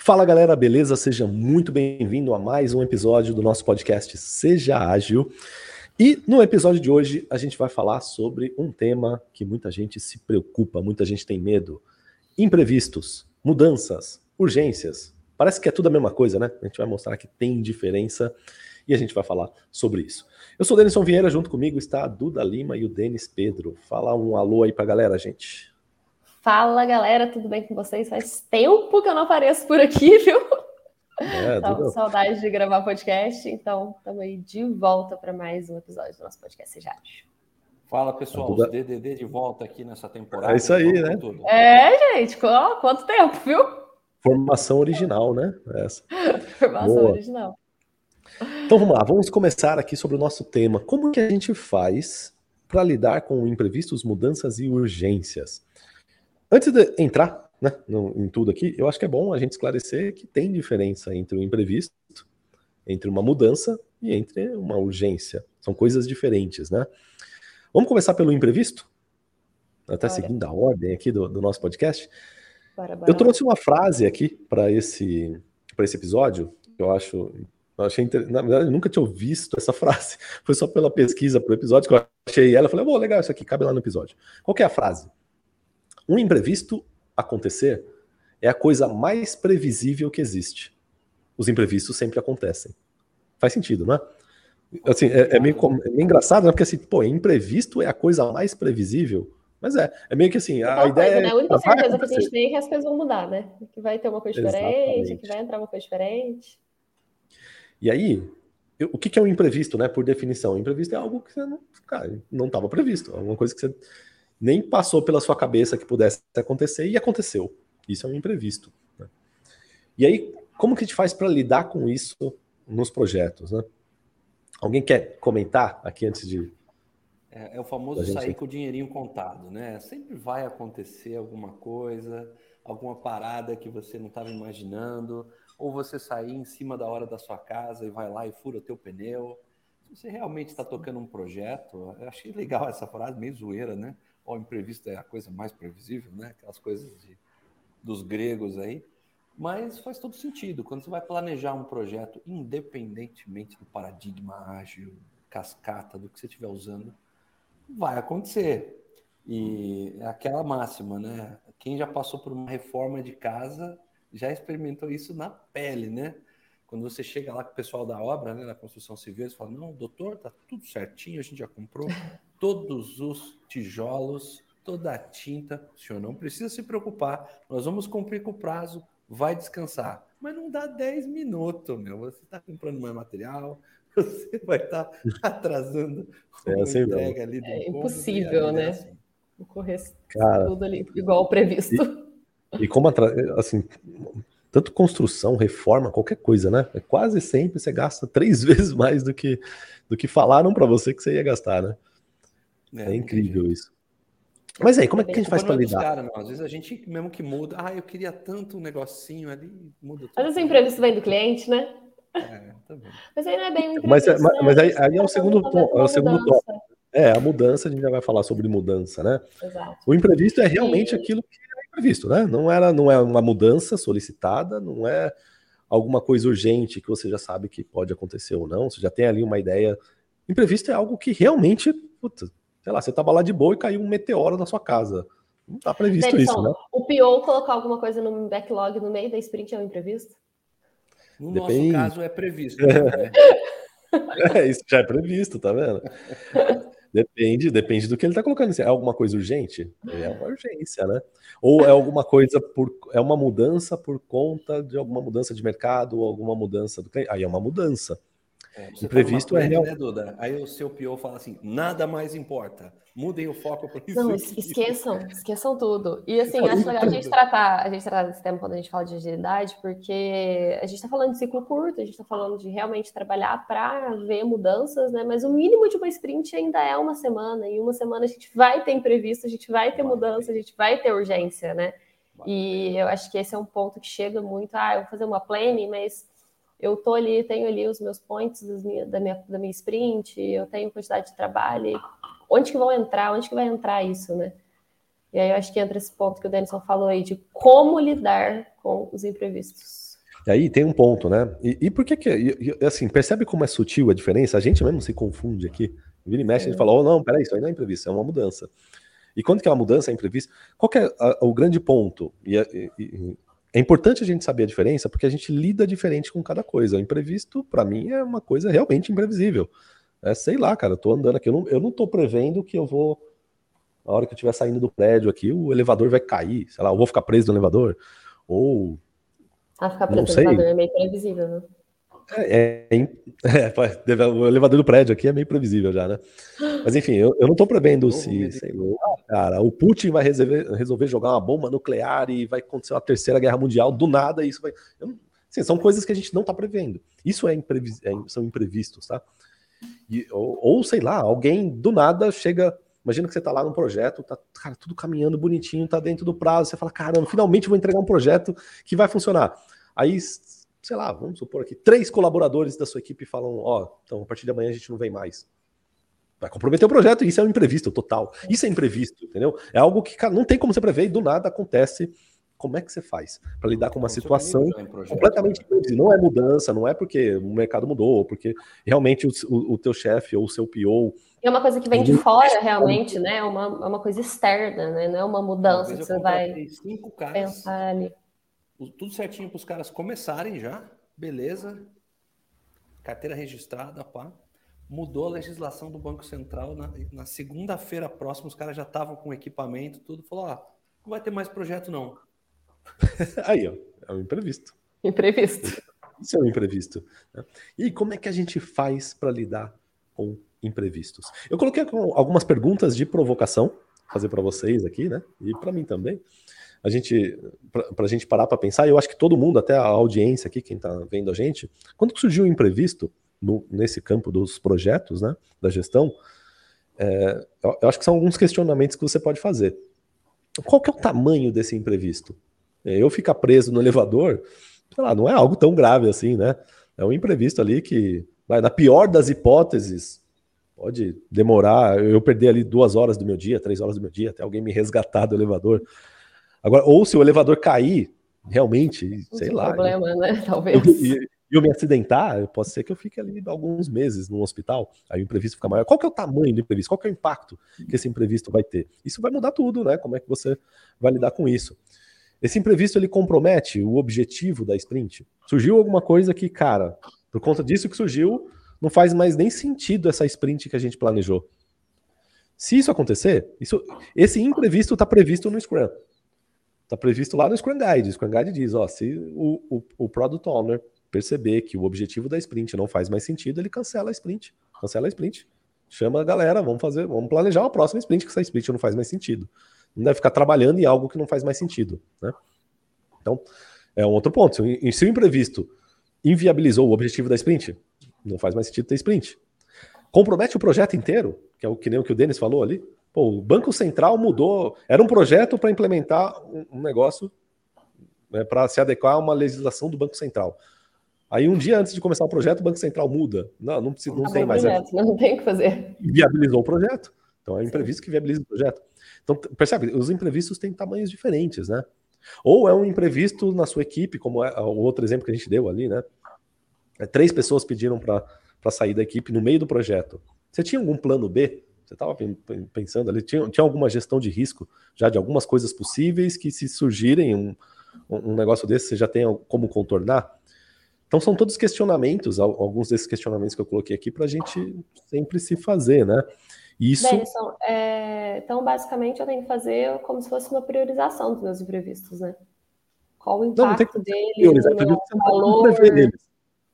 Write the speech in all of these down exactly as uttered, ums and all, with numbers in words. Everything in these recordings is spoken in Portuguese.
Fala galera, beleza? Seja muito bem-vindo a mais um episódio do nosso podcast Seja Ágil. E no episódio de hoje a gente vai falar sobre um tema que muita gente se preocupa, muita gente tem medo. Imprevistos, mudanças, urgências. Parece que é tudo a mesma coisa, né? A gente vai mostrar que tem diferença e a gente vai falar sobre isso. Eu sou o Denison Vieira, junto comigo está a Duda Lima e o Denis Pedro. Fala um alô aí pra galera, gente. Fala galera, tudo bem com vocês? Faz tempo que eu não apareço por aqui, viu? É, Tava com Duda. saudade de gravar podcast, então estamos aí de volta para mais um episódio do nosso podcast Seja Ágil. Fala pessoal, Duda... os D D D de volta aqui nessa temporada. É isso aí, né? Tudo. É, gente, ó, quanto tempo, viu? Formação original, né? Essa. Formação Boa. original. Então vamos lá, vamos começar aqui sobre o nosso tema. Como que a gente faz para lidar com imprevistos, mudanças e urgências? Antes de entrar, né, no, em tudo aqui, eu acho que é bom a gente esclarecer que tem diferença entre o imprevisto, entre uma mudança e entre uma urgência. São coisas diferentes, né? Vamos começar pelo imprevisto? Até Bora. seguindo a ordem aqui do, do nosso podcast. Bora, bora, eu trouxe uma frase aqui para esse, para esse episódio, que eu acho... Eu achei inter... Na verdade, eu nunca tinha visto essa frase. Foi só pela pesquisa pro episódio que eu achei ela. Eu falei, oh, legal, isso aqui cabe lá no episódio. Qual que é a frase? Um imprevisto acontecer é a coisa mais previsível que existe. Os imprevistos sempre acontecem. Faz sentido, não é? Assim, é, é, meio, é meio engraçado, né? Porque assim, pô, imprevisto é a coisa mais previsível. Mas é, é meio que assim, a Aquela ideia coisa, né? A única é, certeza que a gente tem é que as coisas vão mudar, né? Que vai ter uma coisa diferente, Exatamente. que vai entrar uma coisa diferente. E aí, eu, o que, que é um imprevisto, né? Por definição, imprevisto é algo que você não, cara, não estava previsto, alguma coisa que você nem passou pela sua cabeça que pudesse acontecer e aconteceu. Isso é um imprevisto, né? E aí, como que a gente faz para lidar com isso nos projetos, né? Alguém quer comentar aqui antes de... É, é o famoso gente... sair com o dinheirinho contado, né? Sempre vai acontecer alguma coisa, alguma parada que você não estava imaginando, ou você sair em cima da hora da sua casa e vai lá e fura o teu pneu. Se você realmente está tocando um projeto, eu achei legal essa frase, meio zoeira, né? O imprevisto é a coisa mais previsível, né? Aquelas coisas de, dos gregos aí. Mas faz todo sentido. Quando você vai planejar um projeto, independentemente do paradigma ágil, cascata, do que você estiver usando, vai acontecer. E é aquela máxima, né? Quem já passou por uma reforma de casa já experimentou isso na pele, né? Quando você chega lá com o pessoal da obra, né, na construção civil, eles falam, não, doutor, tá tudo certinho, a gente já comprou todos os tijolos, toda a tinta, o senhor não precisa se preocupar, nós vamos cumprir com o prazo, vai descansar. Mas não dá dez minutos, meu, você está comprando mais material, você vai estar tá atrasando é uma assim entrega mesmo. ali do É cômodo, impossível, né? é assim. Correr Cara, tudo ali igual previsto. E, e como, assim, tanto construção, reforma, qualquer coisa, né? É quase sempre você gasta três vezes mais do que, do que falaram para você que você ia gastar, né? É, é incrível isso. Mas aí, como é que a gente faz para lidar? Cara, não. Às vezes a gente mesmo que muda, ah, eu queria tanto um negocinho ali, muda tudo. Às vezes o imprevisto vem do cliente, né? É, tá bem. Mas aí não é bem um Mas, imprevisto, mas, né? mas aí, aí é o segundo tom, é o segundo tom. Mudança. É, a mudança, a gente já vai falar sobre mudança, né? Exato. O imprevisto é realmente e... aquilo que é imprevisto, né? Não, era, não é uma mudança solicitada, não é alguma coisa urgente que você já sabe que pode acontecer ou não, você já tem ali uma ideia. Imprevisto é algo que realmente, puta, sei lá, você tava lá de boa e caiu um meteoro na sua casa. Não tá previsto Denison, isso, né? O P O colocar alguma coisa no backlog no meio da sprint é um imprevisto? No Depende. nosso caso é previsto, né? É, isso já é previsto, tá vendo? Depende, depende do que ele tá colocando. É alguma coisa urgente? É uma urgência, né? Ou é alguma coisa por. É uma mudança por conta de alguma mudança de mercado ou alguma mudança do cliente. Aí é uma mudança. É, você imprevisto tá numa é real. Né, Duda? Aí o seu P O fala assim: nada mais importa. Mudem o foco para isso. Não, aqui. esqueçam, esqueçam tudo. E assim, acho legal a gente tratar, a gente tratar desse tema quando a gente fala de agilidade, porque a gente está falando de ciclo curto, a gente está falando de realmente trabalhar para ver mudanças, né? Mas o mínimo de uma sprint ainda é uma semana, e uma semana a gente vai ter imprevisto, a gente vai ter vai mudança, ter. a gente vai ter urgência, né? Vai e ter. Eu acho que esse é um ponto que chega muito, ah, eu vou fazer uma planning, mas eu tô ali, tenho ali os meus points das minha, da, minha, da minha sprint, eu tenho quantidade de trabalho, onde que vão entrar, onde que vai entrar isso, né? E aí eu acho que entra esse ponto que o Denison falou aí, de como lidar com os imprevistos. E aí tem um ponto, né? E, e por que que... E, e, assim, percebe como é sutil a diferença? A gente mesmo se confunde aqui. Vira e mexe, a gente fala, oh, não, peraí, isso aí não é imprevisto, é uma mudança. E quando que é uma mudança, é imprevisto? Qual que é a, o grande ponto? E, e, e é importante a gente saber a diferença, porque a gente lida diferente com cada coisa. O imprevisto, para mim, é uma coisa realmente imprevisível. É, sei lá, cara, eu tô andando aqui, eu não, eu não tô prevendo que eu vou... A hora que eu estiver saindo do prédio aqui, o elevador vai cair, sei lá, eu vou ficar preso no elevador, ou... Ah, ficar preso no elevador é meio previsível, né? É, é, é, o elevador do prédio aqui é meio previsível já, né? Mas enfim, eu, eu não tô prevendo se, sei lá, cara, o Putin vai resolver, resolver jogar uma bomba nuclear e vai acontecer uma terceira guerra mundial do nada, e isso vai... Eu, assim, são coisas que a gente não tá prevendo. Isso é imprevis, é, são imprevistos, tá? E, ou, ou, sei lá, alguém do nada chega... Imagina que você tá lá num projeto, tá, cara, tudo caminhando bonitinho, tá dentro do prazo, você fala, caramba, finalmente vou entregar um projeto que vai funcionar. Aí, sei lá, vamos supor aqui, três colaboradores da sua equipe falam, ó, oh, então a partir de amanhã a gente não vem mais. Vai comprometer o projeto, e isso é um imprevisto total. Isso é imprevisto, entendeu? É algo que, cara, não tem como você prever e do nada acontece. Como é que você faz para lidar com uma situação completamente imprevisível? Não é mudança, não é porque o mercado mudou, ou porque realmente o, o, o teu chefe ou o seu P O... É uma coisa que vem de fora, realmente, né? É uma, é uma coisa externa, né? Não é uma mudança que você vai cinco caras, pensar ali. Tudo certinho para os caras começarem já, beleza. Carteira registrada, pá. Mudou a legislação do Banco Central. Na, na segunda-feira próxima, os caras já estavam com equipamento, tudo. Falou, ó, não vai ter mais projeto, não. Aí, ó, é um imprevisto. Imprevisto. Isso é um imprevisto. Né? E como é que a gente faz para lidar com imprevistos? Eu coloquei algumas perguntas de provocação, fazer para vocês aqui, né? E para mim também. A gente, para a gente parar para pensar, e eu acho que todo mundo, até a audiência aqui, quem está vendo a gente, quando surgiu o imprevisto no, nesse campo dos projetos, né, da gestão, é, eu, eu acho que são alguns questionamentos que você pode fazer. Qual que é o tamanho desse imprevisto? Eu ficar preso no elevador, sei lá, não é algo tão grave assim, né? É um imprevisto ali que, vai, na pior das hipóteses, pode demorar, eu perder ali duas horas do meu dia, três horas do meu dia, até alguém me resgatar do elevador. Agora, ou se o elevador cair, realmente, sei Não lá. problema, eu, né? Talvez. E eu, eu me acidentar, pode ser que eu fique ali alguns meses no hospital, aí o imprevisto fica maior. Qual que é o tamanho do imprevisto? Qual que é o impacto que esse imprevisto vai ter? Isso vai mudar tudo, né? Como é que você vai lidar com isso? Esse imprevisto, ele compromete o objetivo da sprint? Surgiu alguma coisa que, cara, por conta disso que surgiu, não faz mais nem sentido essa sprint que a gente planejou. Se isso acontecer, isso, esse imprevisto está previsto no Scrum. Está previsto lá no Scrum Guide. O Scrum Guide diz, ó, se o, o, o Product Owner perceber que o objetivo da sprint não faz mais sentido, ele cancela a sprint. Cancela a sprint. Chama a galera, vamos fazer, vamos planejar uma próxima sprint, que essa sprint não faz mais sentido. Não deve ficar trabalhando em algo que não faz mais sentido, né? Então, é um outro ponto. Se, se o imprevisto inviabilizou o objetivo da sprint, não faz mais sentido ter sprint. Compromete o projeto inteiro, que é o que nem o que o Denis falou ali. Pô, o Banco Central mudou, era um projeto para implementar um, um negócio, né, para se adequar a uma legislação do Banco Central. Aí um dia antes de começar o projeto, o Banco Central muda. Não, não, precisa, não tem mais. Projeto, é, não tem o que fazer. Viabilizou o projeto. Então é um imprevisto que viabiliza o projeto. Então, percebe, os imprevistos têm tamanhos diferentes, né? Ou é um imprevisto na sua equipe, como é o outro exemplo que a gente deu ali, né? É, três pessoas pediram para sair da equipe no meio do projeto. Você tinha algum plano B? Você estava pensando ali, tinha, tinha alguma gestão de risco já de algumas coisas possíveis que, se surgirem um, um negócio desse, você já tem como contornar? Então são todos questionamentos, alguns desses questionamentos que eu coloquei aqui para a gente sempre se fazer, né? Isso... Denison, é, então basicamente eu tenho que fazer como se fosse uma priorização dos meus imprevistos, né? Qual o impacto não, não deles, o meu valor... Deles.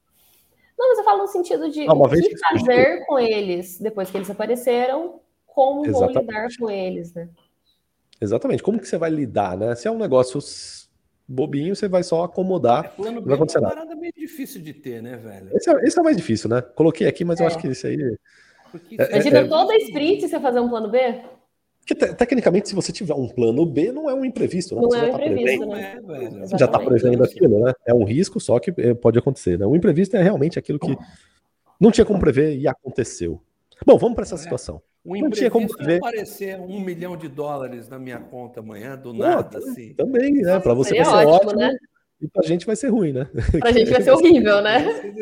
Não, mas eu falo no sentido de ah, o que, que fazer com eles depois que eles apareceram, como Exatamente. vou lidar com eles, né? Exatamente. Como que você vai lidar, né? Se é um negócio bobinho, você vai só acomodar. É, plano B não vai acontecer é uma nada. parada meio difícil de ter, né, velho? Esse é, esse é mais difícil, né? Coloquei aqui, mas é. eu acho que esse aí... Porque, é, Imagina é, toda a sprint você fazer um plano B? Porque, te, tecnicamente, se você tiver um plano B, não é um imprevisto, né? Não você é já um tá imprevisto, prevendo, né? É, você já está prevendo aquilo, né? É um risco, só que pode acontecer, né? O imprevisto é realmente aquilo que não tinha como prever e aconteceu. Bom, vamos para essa situação. O imprevisto não tinha como prever. Aparecer um milhão de dólares na minha conta amanhã, do nada, Pô, assim. Também, né? Para você Seria vai ser ótimo, ótimo. Né? E pra gente vai ser ruim, né? Pra gente vai ser horrível, né?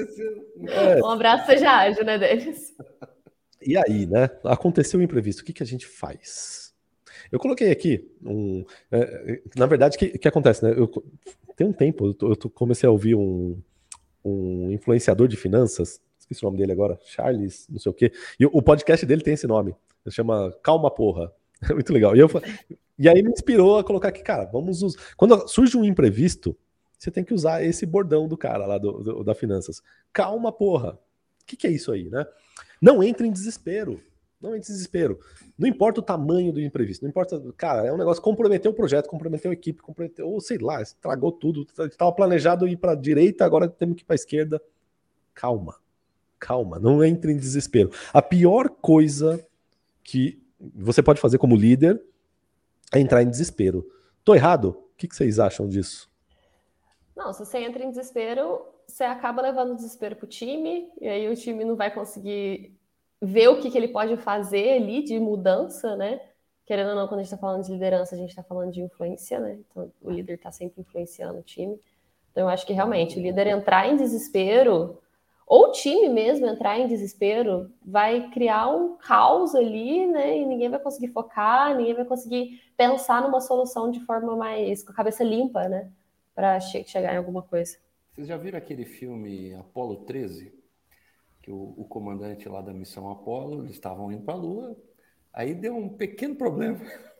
É. Um abraço, seja ágil, né, Denis? E aí, né? Aconteceu o imprevisto, o que, que a gente faz? Eu coloquei aqui um... É, na verdade, o que, que acontece, né? Eu, tem um tempo, eu, tô, eu tô, comecei a ouvir um, um influenciador de finanças, esqueci o nome dele agora, Charles, não sei o quê, e o, o podcast dele tem esse nome, ele chama Calma Porra. É muito legal. E, eu, e aí me inspirou a colocar aqui, cara, vamos usar... Quando surge um imprevisto, você tem que usar esse bordão do cara lá do, do, da finanças. Calma, porra. O que, que é isso aí, né? Não entre em desespero. Não entre em desespero. Não importa o tamanho do imprevisto. Não importa... Cara, é um negócio que comprometeu o projeto, comprometeu a equipe, comprometeu... Ou sei lá, estragou tudo. Estava planejado ir para a direita, agora temos que ir para a esquerda. Calma. Calma. Não entre em desespero. A pior coisa que você pode fazer como líder é entrar em desespero. Tô errado? O que, que vocês acham disso? Não, se você entra em desespero, você acaba levando desespero pro time, e aí o time não vai conseguir ver o que, que ele pode fazer ali de mudança, né? Querendo ou não, quando a gente está falando de liderança, a gente está falando de influência, né? Então, o líder está sempre influenciando o time. Então, eu acho que realmente o líder entrar em desespero, ou o time mesmo entrar em desespero, vai criar um caos ali, né? E ninguém vai conseguir focar, ninguém vai conseguir pensar numa solução de forma mais com a cabeça limpa, né? Para che- chegar em alguma coisa. Vocês já viram aquele filme Apolo treze? Que o, o comandante lá da missão Apolo, eles estavam indo para a Lua, aí deu um pequeno problema,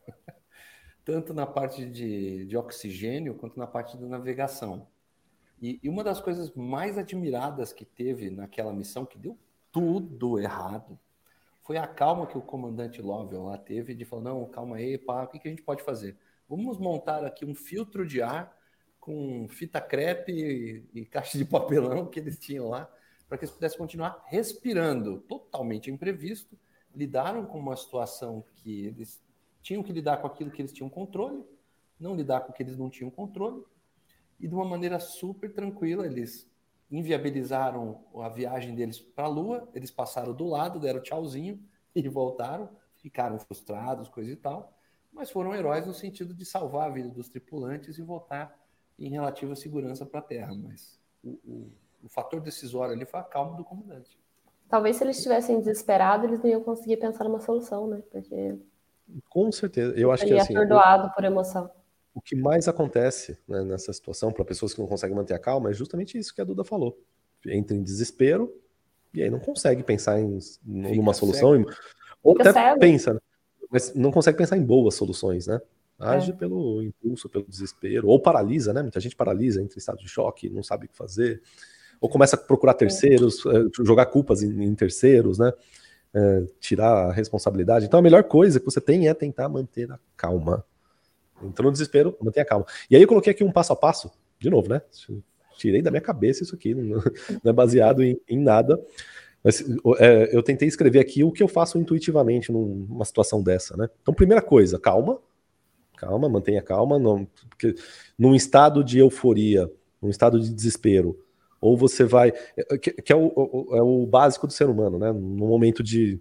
tanto na parte de, de oxigênio quanto na parte da navegação. E, e uma das coisas mais admiradas que teve naquela missão, que deu tudo errado, foi a calma que o comandante Lovell lá teve de falar, não, calma aí, pá, o que, que a gente pode fazer? Vamos montar aqui um filtro de ar com fita crepe e, e caixa de papelão que eles tinham lá, para que eles pudessem continuar respirando, totalmente imprevisto. Lidaram com uma situação que eles tinham que lidar com aquilo que eles tinham controle, não lidar com o que eles não tinham controle, e de uma maneira super tranquila, eles inviabilizaram a viagem deles para a Lua, eles passaram do lado, deram tchauzinho e voltaram, ficaram frustrados, coisa e tal, mas foram heróis no sentido de salvar a vida dos tripulantes e voltar em relativa segurança para a Terra, mas o, o, o fator decisório ali foi a calma do comandante. Talvez se eles estivessem desesperados, eles não iam conseguir pensar numa solução, né? Porque com certeza. Eu acho que assim, atordoado por emoção. O que mais acontece, né, nessa situação para pessoas que não conseguem manter a calma é justamente isso que a Duda falou. Entra em desespero e aí não consegue pensar em numa solução, em, ou Fica até cego. pensa, mas não consegue pensar em boas soluções, né? Age é. pelo impulso, pelo desespero, ou paralisa, né? Muita gente paralisa, entra em estado de choque, não sabe o que fazer, ou começa a procurar terceiros, é. jogar culpas em, em terceiros, né? É, tirar a responsabilidade. Então a melhor coisa que você tem é tentar manter a calma. Entrou no desespero, mantenha calma. E aí eu coloquei aqui um passo a passo, de novo, né? Tirei da minha cabeça isso aqui, não, não é baseado em, em nada. Mas é, eu tentei escrever aqui o que eu faço intuitivamente numa situação dessa, né? Então, primeira coisa, calma. Calma, mantenha calma. Não, porque num estado de euforia, num estado de desespero, ou você vai... Que, que é, o, o, é o básico do ser humano, né? Num momento de,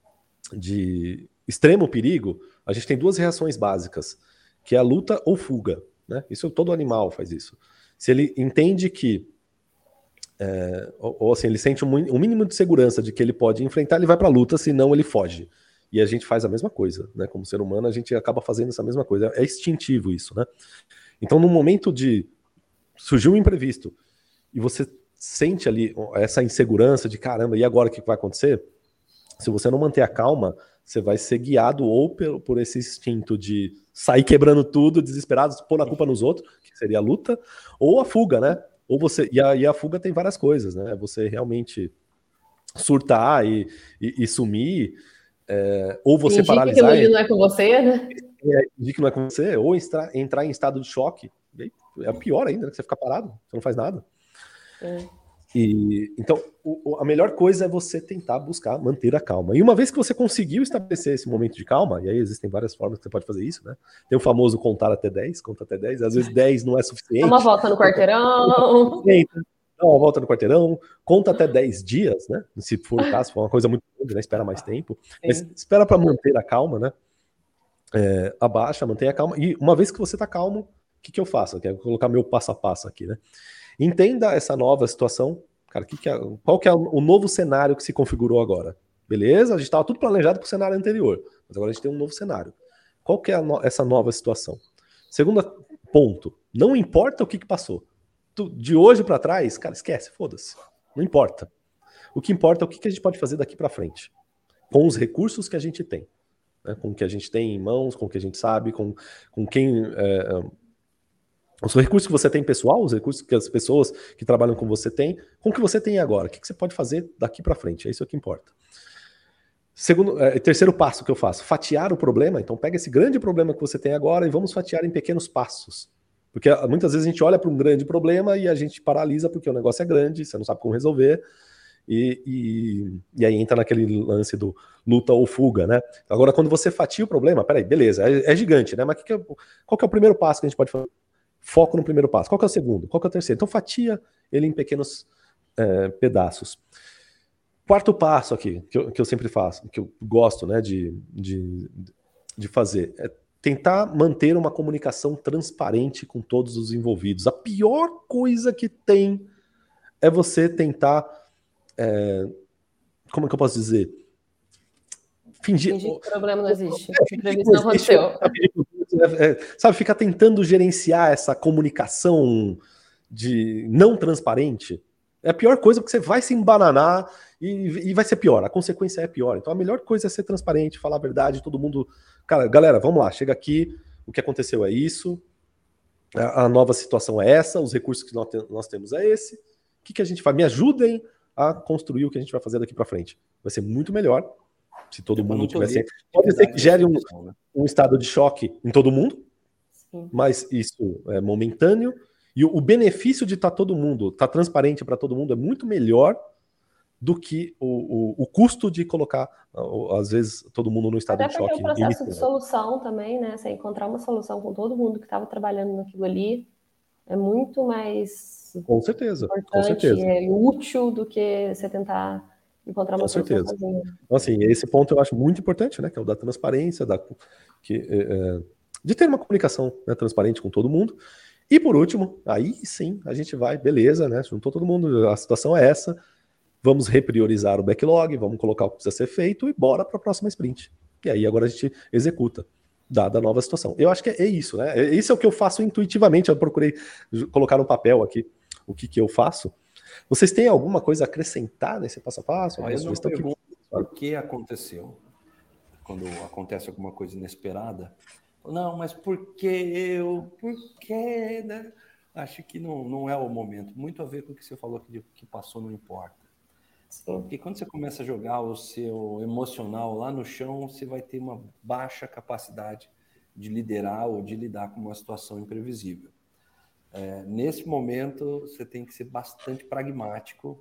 de extremo perigo, a gente tem duas reações básicas, que é a luta ou fuga, né? Isso todo animal faz isso. Se ele entende que, é, ou, ou assim, ele sente um, um mínimo de segurança de que ele pode enfrentar, ele vai para a luta, senão ele foge. E a gente faz a mesma coisa, né? Como ser humano, a gente acaba fazendo essa mesma coisa. É instintivo isso, né? Então, no momento de surgir um imprevisto e você sente ali essa insegurança de caramba, e agora o que vai acontecer? Se você não manter a calma, você vai ser guiado ou por, por esse instinto de sair quebrando tudo, desesperado, pôr a culpa nos outros, que seria a luta, ou a fuga, né? Ou você, e, a, e a fuga tem várias coisas, né? Você realmente surtar e, e, e sumir, é, ou você fingir paralisar. Que aquilo ali não é com você, né? É, fingir que não é com você, ou entrar, entrar em estado de choque. É pior ainda, né? Que você fica parado, você não faz nada. É. E, então, o, a melhor coisa é você tentar buscar manter a calma. E uma vez que você conseguiu estabelecer esse momento de calma, e aí existem várias formas que você pode fazer isso, né? Tem o famoso contar até dez, conta até dez, às vezes dez não é suficiente. Dá uma volta no quarteirão. Dá uma volta no quarteirão, conta até dez dias, né? Se for o caso, for uma coisa muito grande, né? Espera mais tempo. Mas espera para manter a calma, né? É, abaixa, mantenha a calma. E uma vez que você está calmo, o que, que eu faço? Eu quero colocar meu passo a passo aqui, né? Entenda essa nova situação. Cara, que que é, qual que é o novo cenário que se configurou agora? Beleza? A gente estava tudo planejado para o cenário anterior, mas agora a gente tem um novo cenário. Qual que é no, essa nova situação? Segundo ponto, não importa o que, que passou. Tu, de hoje para trás, cara, esquece, foda-se. Não importa. O que importa é o que, que a gente pode fazer daqui para frente, com os recursos que a gente tem, né? Com o que a gente tem em mãos, com o que a gente sabe, com, com quem... É, os recursos que você tem pessoal, os recursos que as pessoas que trabalham com você têm, com o que você tem agora. O que, que você pode fazer daqui para frente? É isso que importa. Segundo, é, terceiro passo que eu faço, fatiar o problema. Então pega esse grande problema que você tem agora e vamos fatiar em pequenos passos. Porque muitas vezes a gente olha para um grande problema e a gente paralisa porque o negócio é grande, você não sabe como resolver, e, e, e aí entra naquele lance do luta ou fuga, né? Agora, quando você fatia o problema, peraí, beleza, é, é gigante, né? Mas que que é, qual que é o primeiro passo que a gente pode fazer? Foco no primeiro passo. Qual que é o segundo? Qual que é o terceiro? Então fatia ele em pequenos é, pedaços. Quarto passo aqui, que eu, que eu sempre faço, que eu gosto, né, de, de, de fazer, é tentar manter uma comunicação transparente com todos os envolvidos. A pior coisa que tem é você tentar, é, como é que eu posso dizer? Fingir, Fingir que o problema não existe. É, que o imprevisto não aconteceu. É, é, sabe, ficar tentando gerenciar essa comunicação de não transparente. É a pior coisa, porque você vai se embananar e, e vai ser pior. A consequência é pior. Então a melhor coisa é ser transparente, falar a verdade, todo mundo... Cara, galera, vamos lá, chega aqui, o que aconteceu é isso, a, a nova situação é essa, os recursos que nós, te, nós temos é esse. O que, que a gente faz? Me ajudem a construir o que a gente vai fazer daqui para frente. Vai ser muito melhor se todo é mundo tivesse... Pode ser que gere um, um estado de choque em todo mundo, sim, mas isso é momentâneo. E o benefício de estar tá todo mundo, estar tá transparente para todo mundo é muito melhor do que o, o, o custo de colocar, às vezes, todo mundo no estado Até de choque. Até porque o processo de solução também, né? Você encontrar uma solução com todo mundo que estava trabalhando naquilo ali é muito mais com certeza, importante com certeza. e útil do que você tentar encontrar uma com solução certeza. sozinho. Então, assim, esse ponto eu acho muito importante, né? Que é o da transparência, da, que, é, de ter uma comunicação, né, transparente com todo mundo. E por último, aí sim, a gente vai, beleza, né? Juntou todo mundo, a situação é essa. Vamos repriorizar o backlog, vamos colocar o que precisa ser feito e bora para a próxima sprint. E aí agora a gente executa, dada a nova situação. Eu acho que é isso, né? Isso é o que eu faço intuitivamente. Eu procurei colocar no papel aqui o que, que eu faço. Vocês têm alguma coisa a acrescentar nesse passo a passo? Eu não pergunto por que aconteceu. Quando acontece alguma coisa inesperada, não, mas por que eu? Por que, né? Acho que não, não é o momento. Muito a ver com o que você falou que, que passou, não importa. Sim. Porque quando você começa a jogar o seu emocional lá no chão, você vai ter uma baixa capacidade de liderar ou de lidar com uma situação imprevisível. É, nesse momento, você tem que ser bastante pragmático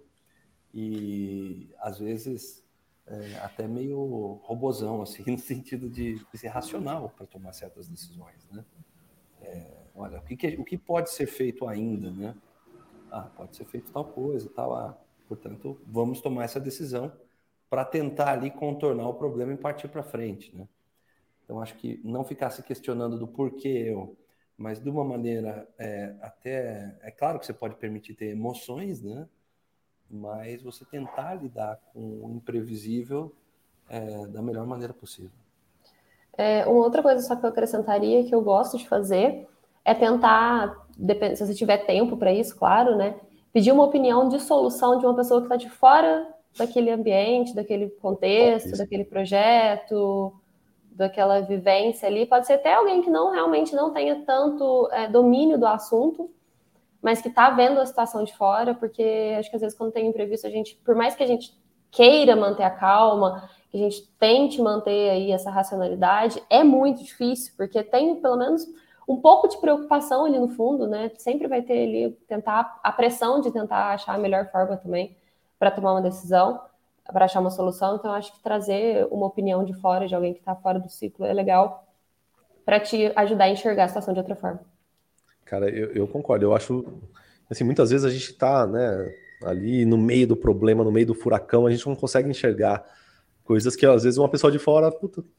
e, às vezes, é, até meio robozão, assim, no sentido de, de ser racional para tomar certas decisões, né? É, olha, o que, o que pode ser feito ainda, né? Ah, pode ser feito tal coisa, tal, ah, portanto, vamos tomar essa decisão para tentar ali contornar o problema e partir para frente, né? Então, acho que não ficar se questionando do porquê eu, mas de uma maneira é, até... É claro que você pode permitir ter emoções, né? Mas você tentar lidar com o imprevisível é, da melhor maneira possível. É, uma outra coisa só que eu acrescentaria, que eu gosto de fazer, é tentar, se você tiver tempo para isso, claro, né? Pedir uma opinião de solução de uma pessoa que está de fora daquele ambiente, daquele contexto, isso. daquele projeto, daquela vivência ali. Pode ser até alguém que não realmente não tenha tanto é, domínio do assunto, mas que está vendo a situação de fora, porque acho que às vezes quando tem imprevisto, a gente, por mais que a gente queira manter a calma, que a gente tente manter aí essa racionalidade, é muito difícil, porque tem pelo menos um pouco de preocupação ali no fundo, né? Sempre vai ter ali tentar a pressão de tentar achar a melhor forma também para tomar uma decisão, para achar uma solução. Então, acho que trazer uma opinião de fora, de alguém que está fora do ciclo, é legal para te ajudar a enxergar a situação de outra forma. Cara, eu, eu concordo. Eu acho, assim, muitas vezes a gente está, né, ali no meio do problema, no meio do furacão, a gente não consegue enxergar coisas que, às vezes, uma pessoa de fora, puta,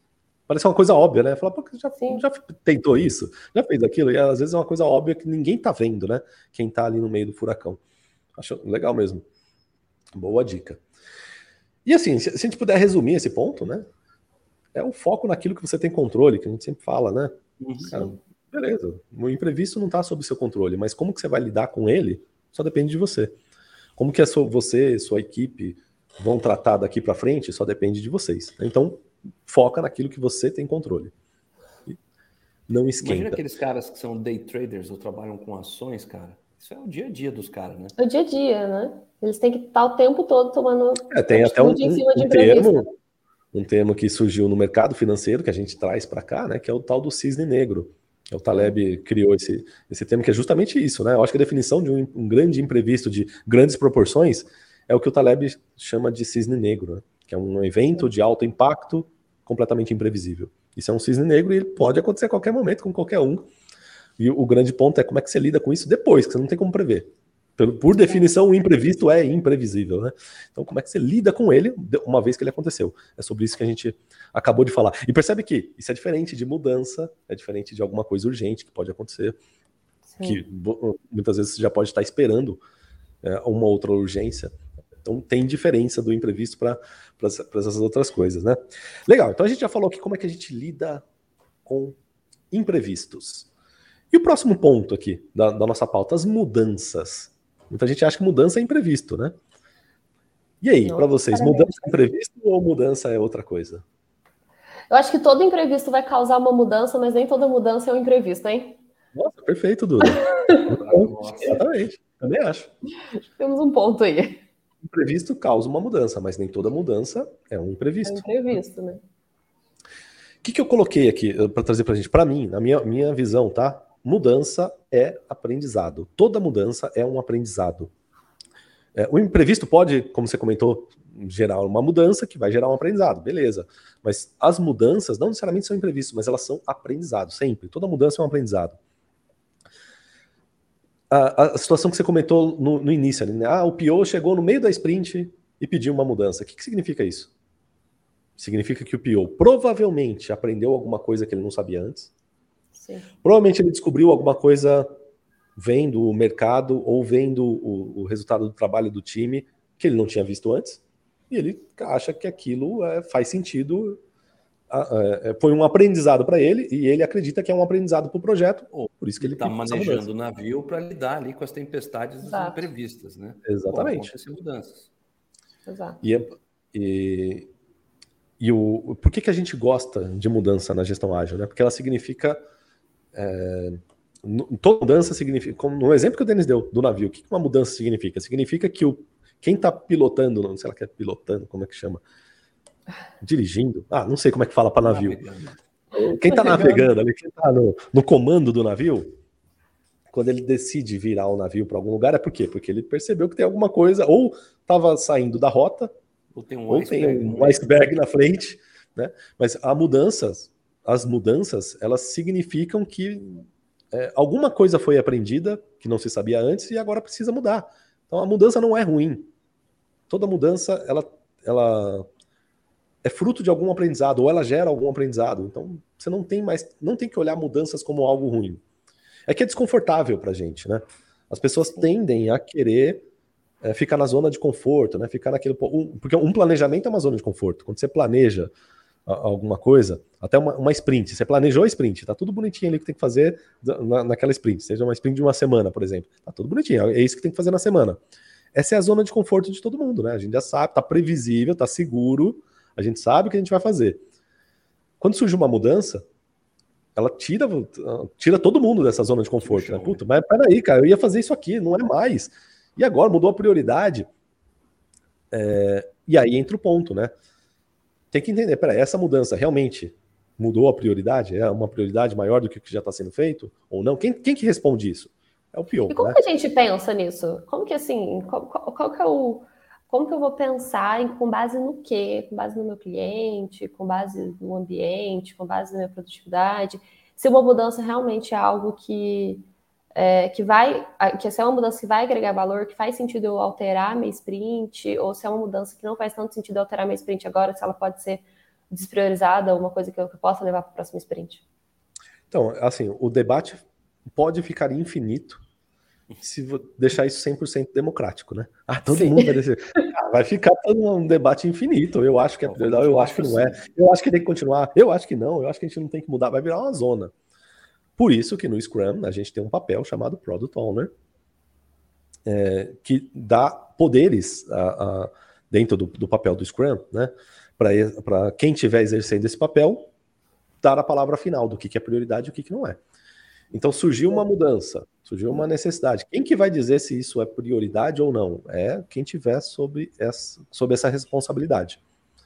Parece uma coisa óbvia, né? Falar, pô, já, já tentou isso? Já fez aquilo? E às vezes é uma coisa óbvia que ninguém tá vendo, né? Quem tá ali no meio do furacão. Acho legal mesmo. Boa dica. E assim, se a gente puder resumir esse ponto, né? É o foco naquilo que você tem controle, que a gente sempre fala, né? Cara, beleza, o imprevisto não está sob seu controle, mas como que você vai lidar com ele, só depende de você. Como que a sua, você, sua equipe vão tratar daqui para frente, só depende de vocês. Então, foca naquilo que você tem controle. E não esquenta. Imagina aqueles caras que são day traders ou trabalham com ações, cara. Isso é o dia a dia dos caras, né? É o dia a dia, né? Eles têm que estar o tempo todo tomando é, tem até um, em cima um, de um termo, um termo que surgiu no mercado financeiro, que a gente traz para cá, né? Que é o tal do cisne negro. O Taleb criou esse, esse termo, que é justamente isso, né? Eu acho que a definição de um, um grande imprevisto de grandes proporções é o que o Taleb chama de cisne negro, né? Que é um evento de alto impacto completamente imprevisível. Isso é um cisne negro e ele pode acontecer a qualquer momento com qualquer um. E o, o grande ponto é como é que você lida com isso depois, que você não tem como prever. Por, por definição, o imprevisto é imprevisível, né? Então, como é que você lida com ele uma vez que ele aconteceu? É sobre isso que a gente acabou de falar. E percebe que isso é diferente de mudança, é diferente de alguma coisa urgente que pode acontecer, Sim. que muitas vezes você já pode estar esperando é, uma outra urgência. Então, tem diferença do imprevisto para essas outras coisas, né? Legal, então a gente já falou aqui como é que a gente lida com imprevistos. E o próximo ponto aqui da, da nossa pauta, as mudanças. Muita gente acha que mudança é imprevisto, né? E aí, para vocês, mudança é imprevisto ou mudança é outra coisa? Eu acho que todo imprevisto vai causar uma mudança, mas nem toda mudança é um imprevisto, hein? Nossa, perfeito, Duda. Exatamente, também acho. Temos um ponto aí. Imprevisto causa uma mudança, mas nem toda mudança é um imprevisto. É um imprevisto, né? O que, que eu coloquei aqui para trazer para a gente? Para mim, na minha, minha visão, tá? Mudança é aprendizado. Toda mudança é um aprendizado. É, o imprevisto pode, como você comentou, gerar uma mudança que vai gerar um aprendizado, beleza. Mas as mudanças não necessariamente são imprevistos, mas elas são aprendizado, sempre. Toda mudança é um aprendizado. A, a situação que você comentou no, no início, ali, né? Ah, o P O chegou no meio da sprint e pediu uma mudança. O que, que significa isso? Significa que o P O provavelmente aprendeu alguma coisa que ele não sabia antes. Sim. Provavelmente ele descobriu alguma coisa vendo o mercado ou vendo o, o resultado do trabalho do time que ele não tinha visto antes. E ele acha que aquilo é, faz sentido, é, é, foi um aprendizado para ele e ele acredita que é um aprendizado para o projeto. Ou por isso que ele está manejando o navio para lidar ali com as tempestades Exato. imprevistas, né? Exatamente. Acontecer mudanças. Exato. E, e, e o, por que, que a gente gosta de mudança na gestão ágil? Né? Porque ela significa... É, toda mudança significa... Como no exemplo que o Denis deu do navio, o que uma mudança significa? Significa que o, quem está pilotando, não sei lá que é pilotando, como é que chama? Dirigindo? Ah, não sei como é que fala para navio. Navegando. Quem está navegando ali, quem está no, no comando do navio, quando ele decide virar o navio para algum lugar, é por quê? Porque ele percebeu que tem alguma coisa, ou estava saindo da rota, ou tem um, ou iceberg, tem um iceberg na frente, né? Mas a mudanças, as mudanças, elas significam que é, alguma coisa foi aprendida que não se sabia antes e agora precisa mudar. Então a mudança não é ruim. Toda mudança, ela, ela é fruto de algum aprendizado, ou ela gera algum aprendizado. Então você não tem mais, não tem que olhar mudanças como algo ruim. É que é desconfortável pra gente, né? As pessoas tendem a querer é, ficar na zona de conforto, né? Ficar naquele... Um, porque um planejamento é uma zona de conforto. Quando você planeja alguma coisa, até uma, uma sprint, você planejou a sprint, tá tudo bonitinho ali que tem que fazer na, naquela sprint, seja uma sprint de uma semana, por exemplo, tá tudo bonitinho, é isso que tem que fazer na semana. Essa é a zona de conforto de todo mundo, né? A gente já sabe, tá previsível, tá seguro, a gente sabe o que a gente vai fazer. Quando surge uma mudança, ela tira, tira todo mundo dessa zona de conforto, né? Puta, mas peraí, cara, eu ia fazer isso aqui, não é mais. E agora mudou a prioridade. É, e aí entra o ponto, né? Tem que entender, peraí, essa mudança realmente mudou a prioridade? É uma prioridade maior do que o que já está sendo feito? Ou não? Quem, quem que responde isso? É o P O, E como né? que a gente pensa nisso? Como que assim, qual, qual, qual que é o... Como que eu vou pensar em, com base no quê? Com base no meu cliente, com base no ambiente, com base na minha produtividade? Se uma mudança realmente é algo que, é, que vai... Que se é uma mudança que vai agregar valor, que faz sentido eu alterar minha sprint, ou se é uma mudança que não faz tanto sentido eu alterar minha sprint agora, se ela pode ser despriorizada, uma coisa que eu, que eu possa levar para o próximo sprint? Então, assim, o debate pode ficar infinito se deixar isso cem por cento democrático, né? Ah, todo Sim. mundo vai decidir. Ah, vai ficar um debate infinito. Eu acho que é prioridade, eu acho que não é. Eu acho que tem que continuar. Eu acho que não. Eu acho que a gente não tem que mudar. Vai virar uma zona. Por isso que no Scrum a gente tem um papel chamado Product Owner, é, que dá poderes a, a, dentro do, do papel do Scrum, né? Para quem estiver exercendo esse papel, dar a palavra final do que, que é prioridade e o que, que não é. Então surgiu uma mudança, surgiu uma necessidade. Quem que vai dizer se isso é prioridade ou não? É quem tiver sob essa, sob essa responsabilidade.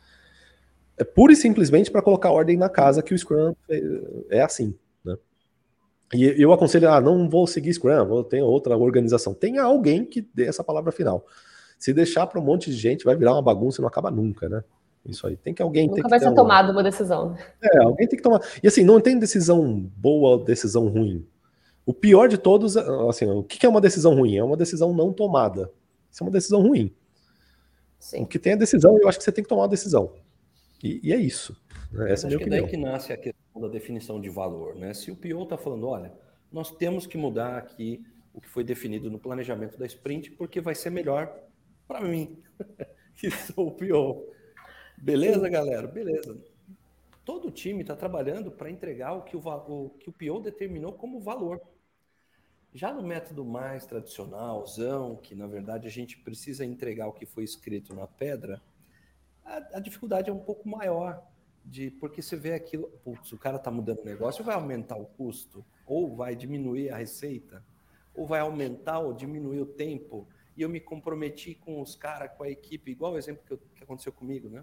É pura e simplesmente para colocar ordem na casa que o Scrum é assim, né? E eu aconselho, ah, não vou seguir Scrum, vou ter outra organização. Tenha alguém que dê essa palavra final. Se deixar para um monte de gente, vai virar uma bagunça e não acaba nunca, né? Isso aí. Tem que alguém... Nunca tem vai que ser um... tomada uma decisão. É, alguém tem que tomar. E assim, não tem decisão boa ou decisão ruim. O pior de todos, assim, o que é uma decisão ruim? É uma decisão não tomada. Isso é uma decisão ruim. Sim. O que tem a decisão, eu acho que você tem que tomar uma decisão. E, e é isso. Né? Essa é a minha acho opinião. Que daí que nasce a questão da definição de valor, né? Se o P O está falando, olha, nós temos que mudar aqui o que foi definido no planejamento da sprint, porque vai ser melhor para mim, que sou o P O. Beleza, Sim. galera? Beleza. Todo time está trabalhando para entregar o que o, o que o P O determinou como valor. Já no método mais tradicionalzão, que na verdade a gente precisa entregar o que foi escrito na pedra, a, a dificuldade é um pouco maior, de, porque você vê aquilo, putz, o cara está mudando o negócio, vai aumentar o custo, ou vai diminuir a receita, ou vai aumentar ou diminuir o tempo, e eu me comprometi com os caras, com a equipe, igual o exemplo que, eu, que aconteceu comigo, né?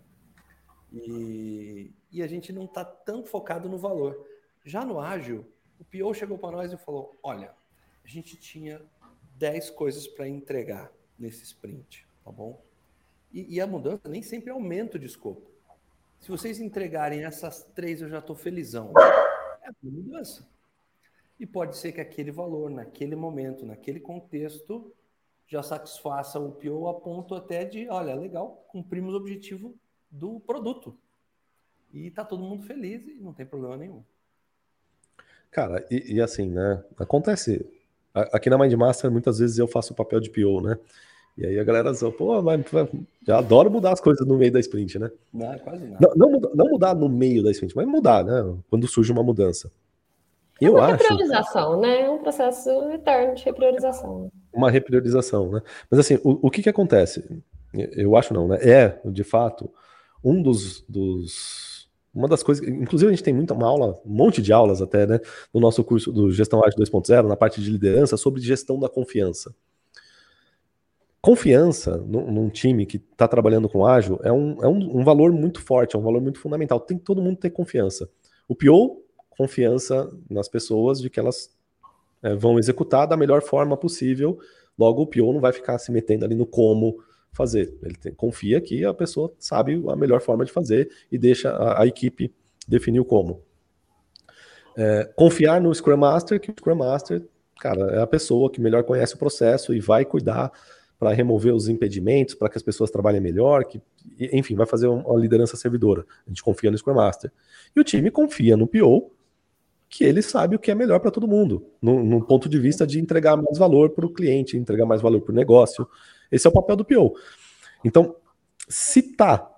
E, e a gente não está tão focado no valor. Já no ágil, o P O chegou para nós e falou, olha, a gente tinha dez coisas para entregar nesse sprint, tá bom? E, e a mudança nem sempre é aumento de escopo. Se vocês entregarem essas três, eu já estou felizão. É uma mudança. E pode ser que aquele valor, naquele momento, naquele contexto, já satisfaça o P O a ponto até de, olha, legal, cumprimos o objetivo do produto. E está todo mundo feliz e não tem problema nenhum. Cara, e, e assim, né? Acontece... Aqui na Mindmaster, muitas vezes eu faço o papel de P O, né? E aí a galera diz, pô, mas eu adoro mudar as coisas no meio da sprint, né? Não, quase nada. Não, não, não mudar no meio da sprint, mas mudar, né? Quando surge uma mudança. É eu uma acho... repriorização, né? É um processo eterno de repriorização. Uma repriorização, né? Mas assim, o, o que que acontece? Eu acho não, né? É, de fato, um dos... dos... Uma das coisas, inclusive a gente tem muita uma aula, um monte de aulas até, né, no nosso curso do Gestão Ágil dois ponto zero, na parte de liderança, sobre gestão da confiança. Confiança num, num time que está trabalhando com ágil é, um, é um, um valor muito forte, é um valor muito fundamental. Tem que todo mundo ter confiança. O P O, confiança nas pessoas de que elas é, vão executar da melhor forma possível. Logo, o P O não vai ficar se metendo ali no como fazer. Ele tem, confia que a pessoa sabe a melhor forma de fazer e deixa a, a equipe definir o como. É, confiar no Scrum Master, que o Scrum Master, cara, é a pessoa que melhor conhece o processo e vai cuidar para remover os impedimentos, para que as pessoas trabalhem melhor, que, enfim, vai fazer uma liderança servidora. A gente confia no Scrum Master. E o time confia no P O, que ele sabe o que é melhor para todo mundo, no, no ponto de vista de entregar mais valor para o cliente, entregar mais valor para o negócio. Esse é o papel do P O. Então, se está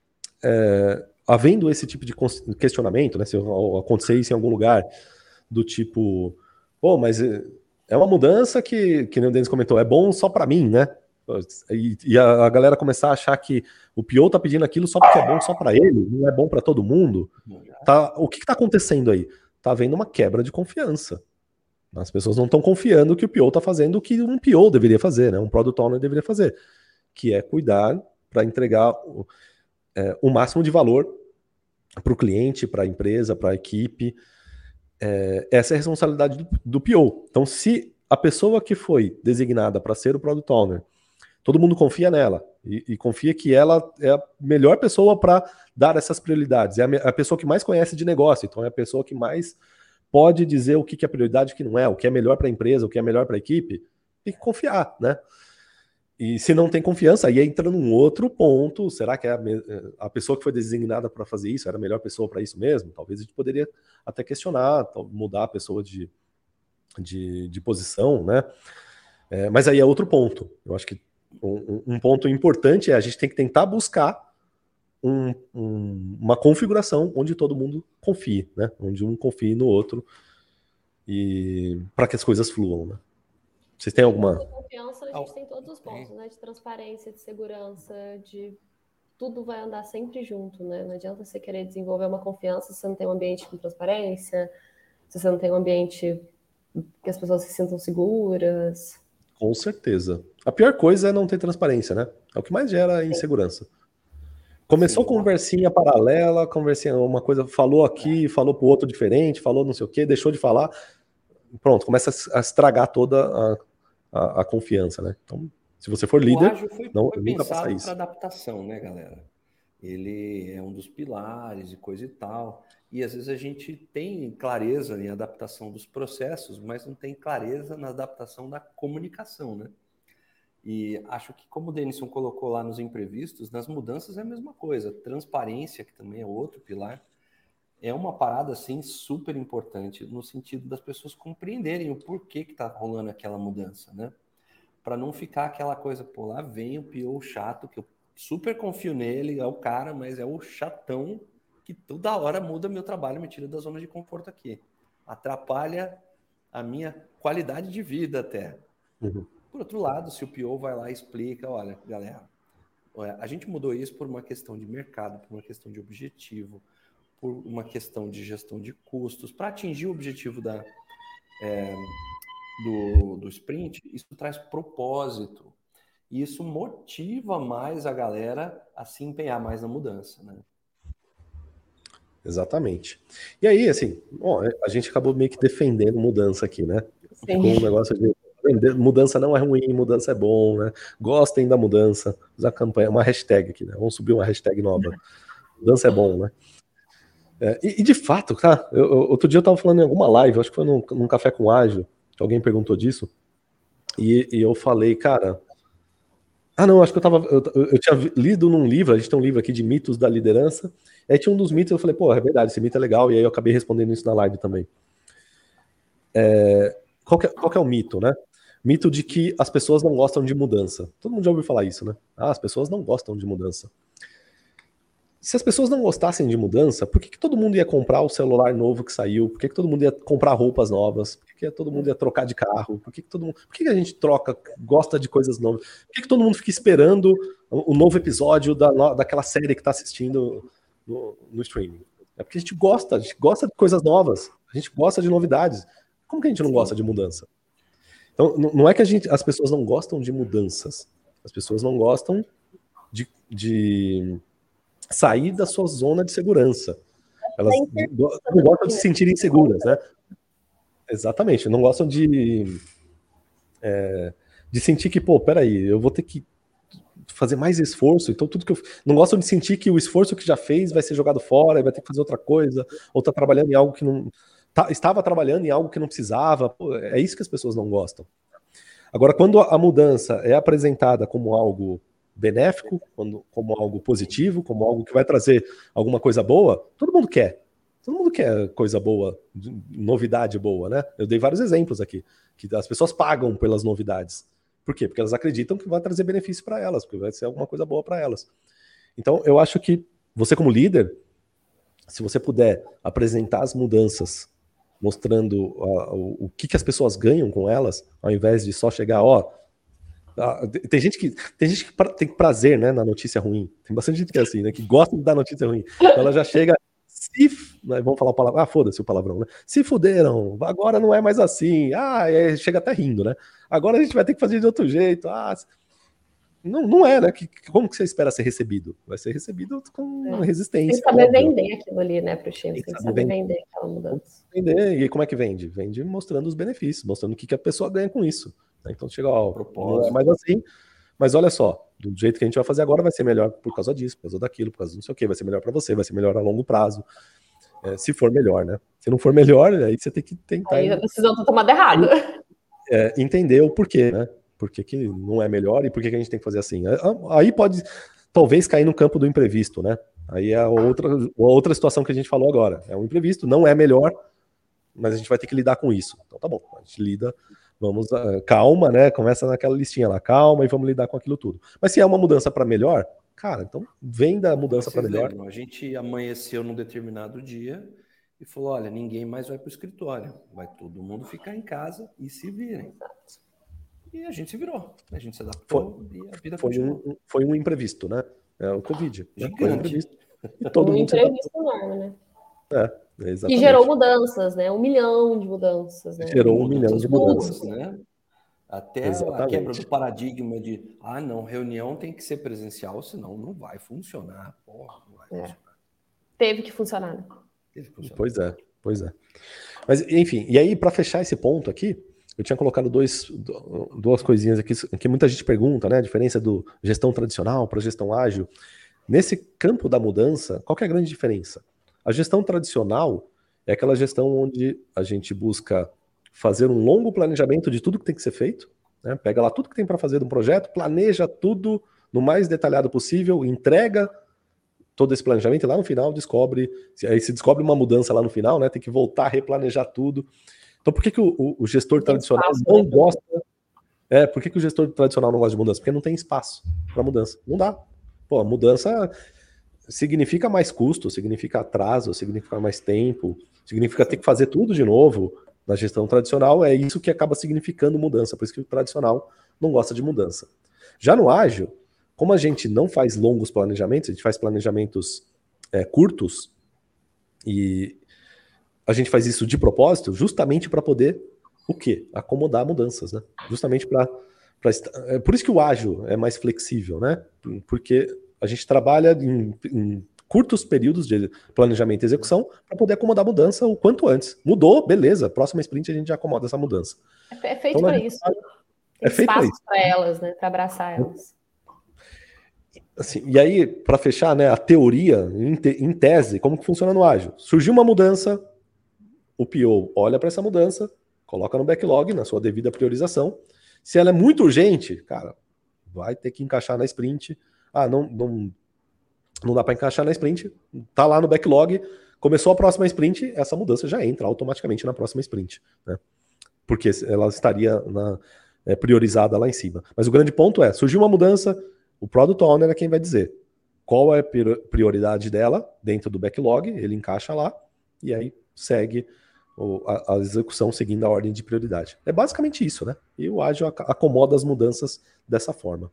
é, havendo esse tipo de questionamento, né, se acontecer isso em algum lugar, do tipo, pô, mas é uma mudança que, que nem o Denis comentou, é bom só para mim, né? E, e a, a galera começar a achar que o P O tá pedindo aquilo só porque é bom só para ele, não é bom para todo mundo. Tá, o que está acontecendo aí? Tá havendo uma quebra de confiança. As pessoas não estão confiando que o P O está fazendo o que um P O deveria fazer, né? Um Product Owner deveria fazer, que é cuidar para entregar o, é, o máximo de valor para o cliente, para a empresa, para a equipe. É, essa é a responsabilidade do, do P O. Então, se a pessoa que foi designada para ser o Product Owner, todo mundo confia nela e, e confia que ela é a melhor pessoa para dar essas prioridades, é a, a pessoa que mais conhece de negócio, então é a pessoa que mais pode dizer o que é prioridade e o que não é, o que é melhor para a empresa, o que é melhor para a equipe, tem que confiar, né? e se não tem confiança, aí entra num outro ponto. Será que é a, a pessoa que foi designada para fazer isso era a melhor pessoa para isso mesmo? Talvez a gente poderia até questionar, mudar a pessoa de, de, de posição, né? É, mas aí é outro ponto. Eu acho que um, um ponto importante é a gente tem que tentar buscar um, um, uma configuração onde todo mundo confie, né? Onde um confie no outro e para que as coisas fluam, né? Vocês têm alguma... De confiança, a gente tem todos os pontos, né? De transparência, de segurança, de... Tudo vai andar sempre junto, né? Não adianta você querer desenvolver uma confiança se você não tem um ambiente com transparência, se você não tem um ambiente que as pessoas se sintam seguras. Com certeza. A pior coisa é não ter transparência, né? É o que mais gera insegurança. Começou Sim, conversinha paralela, conversinha, uma coisa, falou aqui, falou pro outro diferente, falou não sei o quê, deixou de falar. Pronto, começa a estragar toda a, a, a confiança, né? Então, se você for líder, o ágil foi, não, foi nunca faça pensado isso. para adaptação, né, galera? Ele é um dos pilares e coisa e tal. E às vezes a gente tem clareza em adaptação dos processos, mas não tem clareza na adaptação da comunicação, né? E acho que, como o Denison colocou lá nos imprevistos, nas mudanças é a mesma coisa. Transparência, que também é outro pilar, é uma parada, assim, super importante no sentido das pessoas compreenderem o porquê que está rolando aquela mudança, né? Para não ficar aquela coisa, pô, lá vem o P O chato, que eu super confio nele, é o cara, mas é o chatão que toda hora muda meu trabalho, me tira da zona de conforto aqui. Atrapalha a minha qualidade de vida até. Uhum. Por outro lado, se o P O vai lá e explica, olha, galera, a gente mudou isso por uma questão de mercado, por uma questão de objetivo, por uma questão de gestão de custos, para atingir o objetivo da, é, do, do sprint, isso traz propósito. E isso motiva mais a galera a se empenhar mais na mudança, né? Exatamente. E aí, assim, bom, a gente acabou meio que defendendo mudança aqui, né? Sim. Ficou um negócio de mudança não é ruim, mudança é bom, né? Gostem da mudança. Usar campanha, uma hashtag aqui, né? Vamos subir uma hashtag nova. Mudança é bom, né? É, e, e de fato, tá? Eu, eu, outro dia eu tava falando em alguma live, acho que foi num, num café com ágil, que alguém perguntou disso, e, e eu falei, cara. Ah, não, acho que eu tava. Eu, eu tinha lido num livro, a gente tem um livro aqui de mitos da liderança. Aí tinha um dos mitos, eu falei, pô, é verdade, esse mito é legal, e aí eu acabei respondendo isso na live também. É, qual, que é, qual que é o mito, né? Mito de que as pessoas não gostam de mudança. Todo mundo já ouviu falar isso, né? Ah, as pessoas não gostam de mudança. Se as pessoas não gostassem de mudança, por que, que todo mundo ia comprar o celular novo que saiu? Por que, que todo mundo ia comprar roupas novas? Por que, que todo mundo ia trocar de carro? Por que, que todo mundo... Por que, que a gente troca, gosta de coisas novas? Por que, que todo mundo fica esperando o novo episódio da, daquela série que está assistindo no, no streaming? É porque a gente gosta, a gente gosta de coisas novas, a gente gosta de novidades. Como que a gente não Sim. gosta de mudança? Então, não é que a gente, as pessoas não gostam de mudanças, as pessoas não gostam de... de sair da sua zona de segurança. Elas não gostam de se sentirem inseguras, né? Exatamente, não gostam de é, de sentir que, pô, peraí, eu vou ter que fazer mais esforço, então tudo que eu... Não gostam de sentir que o esforço que já fez vai ser jogado fora, vai ter que fazer outra coisa, ou tá trabalhando em algo que não... Tá, estava trabalhando em algo que não precisava, pô, é isso que as pessoas não gostam. Agora, quando a mudança é apresentada como algo benéfico, quando, como algo positivo, como algo que vai trazer alguma coisa boa, todo mundo quer. Todo mundo quer coisa boa, novidade boa, né? Eu dei vários exemplos aqui, que as pessoas pagam pelas novidades. Por quê? Porque elas acreditam que vai trazer benefício para elas, porque vai ser alguma coisa boa para elas. Então, eu acho que você como líder, se você puder apresentar as mudanças, mostrando uh, o, o que, que as pessoas ganham com elas, ao invés de só chegar, ó, tem gente que tem gente que tem prazer, né, na notícia ruim. Tem bastante gente que é assim, né, que gosta de dar notícia ruim. Então ela já chega, se, vamos falar o palavrão, ah, foda-se o palavrão, né? Se fuderam, agora não é mais assim. Ah, é, chega até rindo, né? Agora a gente vai ter que fazer de outro jeito. Ah, não, não é, né? Que, como que você espera ser recebido? Vai ser recebido com é. resistência. Tem que saber óbvio. vender aquilo ali, né, pro time. Tem que, tem que saber vender. vender aquela mudança. Vender. E como é que vende? Vende mostrando os benefícios, mostrando o que, que a pessoa ganha com isso. Então chega, ó, não é mais assim, mas olha só, do jeito que a gente vai fazer agora vai ser melhor por causa disso, por causa daquilo, por causa não sei o que, vai ser melhor para você, vai ser melhor a longo prazo, é, se for melhor, né? Se não for melhor, aí você tem que tentar... Aí a decisão tá tomada errada. É, entender o porquê, né? Por que, que não é melhor e por que, que a gente tem que fazer assim? Aí pode, talvez, cair no campo do imprevisto, né? Aí é a outra, a outra situação que a gente falou agora. É um imprevisto, não é melhor, mas a gente vai ter que lidar com isso. Então tá bom, a gente lida, vamos, uh, calma, né? Começa naquela listinha lá, calma, e vamos lidar com aquilo tudo. Mas se é uma mudança para melhor, cara, então vem da mudança para melhor. Lembram, a gente amanheceu num determinado dia e falou, olha, ninguém mais vai para o escritório, vai todo mundo ficar em casa e se virem. E a gente se virou, a gente se adaptou foi, e a vida foi continuou. Um, foi um imprevisto, né? É o Covid. Gigante. Foi um imprevisto. E todo um mundo imprevisto enorme, né? É, exatamente. E gerou mudanças, né? Um milhão de mudanças, né? Gerou um milhão de mudanças. Né? Até exatamente. A quebra do paradigma de, ah, não, reunião tem que ser presencial, senão não vai funcionar. Porra, não vai é. funcionar. Teve que funcionar. Né? Teve que funcionar. Pois é, pois é. Mas, enfim, e aí, para fechar esse ponto aqui, eu tinha colocado dois, duas coisinhas aqui que muita gente pergunta, né? A diferença do gestão tradicional para gestão ágil. Nesse campo da mudança, qual que é a grande diferença? A gestão tradicional é aquela gestão onde a gente busca fazer um longo planejamento de tudo que tem que ser feito, né? Pega lá tudo que tem para fazer de um projeto, planeja tudo no mais detalhado possível, entrega todo esse planejamento e lá no final descobre, aí se descobre uma mudança lá no final, né? Tem que voltar a replanejar tudo. Então por que, que o, o, o gestor tradicional espaço, não né? gosta... É, por que, que o gestor tradicional não gosta de mudança? Porque não tem espaço para mudança. Não dá. Pô, a mudança significa mais custo, significa atraso, significa mais tempo, significa ter que fazer tudo de novo. Na gestão tradicional, é isso que acaba significando mudança, por isso que o tradicional não gosta de mudança. Já no ágil, como a gente não faz longos planejamentos, a gente faz planejamentos é, curtos, e a gente faz isso de propósito, justamente para poder, o quê? Acomodar mudanças, né? Justamente para... É por isso que o ágil é mais flexível, né? Porque a gente trabalha em, em curtos períodos de planejamento e execução para poder acomodar a mudança o quanto antes. Mudou, beleza. Próxima sprint a gente já acomoda essa mudança. É, é feito então, para isso. Né? É feito para isso. Para elas, né? Para abraçar elas. Assim, e aí, para fechar, né, a teoria, em, te, em tese, como que funciona no ágil? Surgiu uma mudança, o P O olha para essa mudança, coloca no backlog, na sua devida priorização. Se ela é muito urgente, cara, vai ter que encaixar na sprint. Ah, não, não, não dá para encaixar na sprint, tá lá no backlog, começou a próxima sprint, essa mudança já entra automaticamente na próxima sprint, né? Porque ela estaria na, é, priorizada lá em cima. Mas o grande ponto é, surgiu uma mudança, o Product Owner é quem vai dizer qual é a prioridade dela dentro do backlog, ele encaixa lá, e aí segue a, a execução seguindo a ordem de prioridade. É basicamente isso, né? E o ágil acomoda as mudanças dessa forma.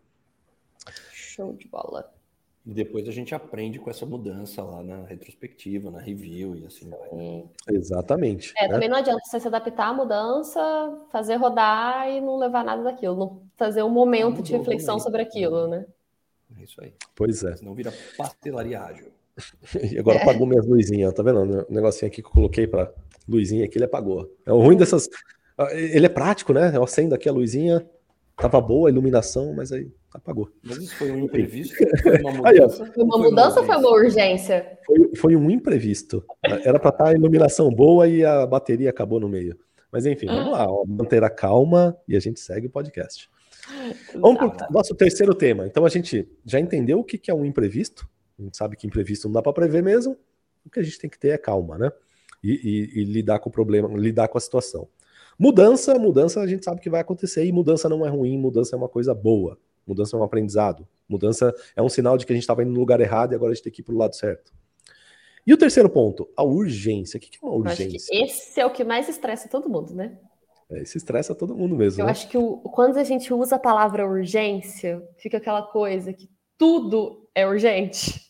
Show de bola. E depois a gente aprende com essa mudança lá na retrospectiva, na review e assim vai. Né? Exatamente. É, né? também não adianta você se adaptar à mudança, fazer rodar e não levar nada daquilo, não fazer um momento de reflexão sobre aquilo, né? É isso aí. Pois é. Senão vira pastelaria ágil. E agora é. apagou minhas luzinhas, tá vendo? O negocinho aqui que eu coloquei para luzinha aqui, ele apagou. É o ruim dessas... Ele é prático, né? Eu acendo aqui a luzinha, tava boa a iluminação, mas aí apagou. Mas isso foi um imprevisto? Foi uma mudança? Aí, foi uma mudança ou foi uma urgência? Foi, foi um imprevisto. Era para estar a iluminação boa e a bateria acabou no meio. Mas enfim, vamos lá, ó, manter a calma e a gente segue o podcast. Vamos para o nosso terceiro tema. Então a gente já entendeu o que é um imprevisto. A gente sabe que imprevisto não dá para prever mesmo. O que a gente tem que ter é calma, né? E, e, e lidar com o problema, lidar com a situação. Mudança, mudança a gente sabe que vai acontecer e mudança não é ruim, mudança é uma coisa boa. Mudança é um aprendizado. Mudança é um sinal de que a gente estava indo no lugar errado e agora a gente tem que ir para o lado certo. E o terceiro ponto, a urgência. O que é uma urgência? Eu acho que esse é o que mais estressa todo mundo, né? É, isso estressa todo mundo mesmo. Eu né? acho que o, quando a gente usa a palavra urgência, fica aquela coisa que tudo é urgente.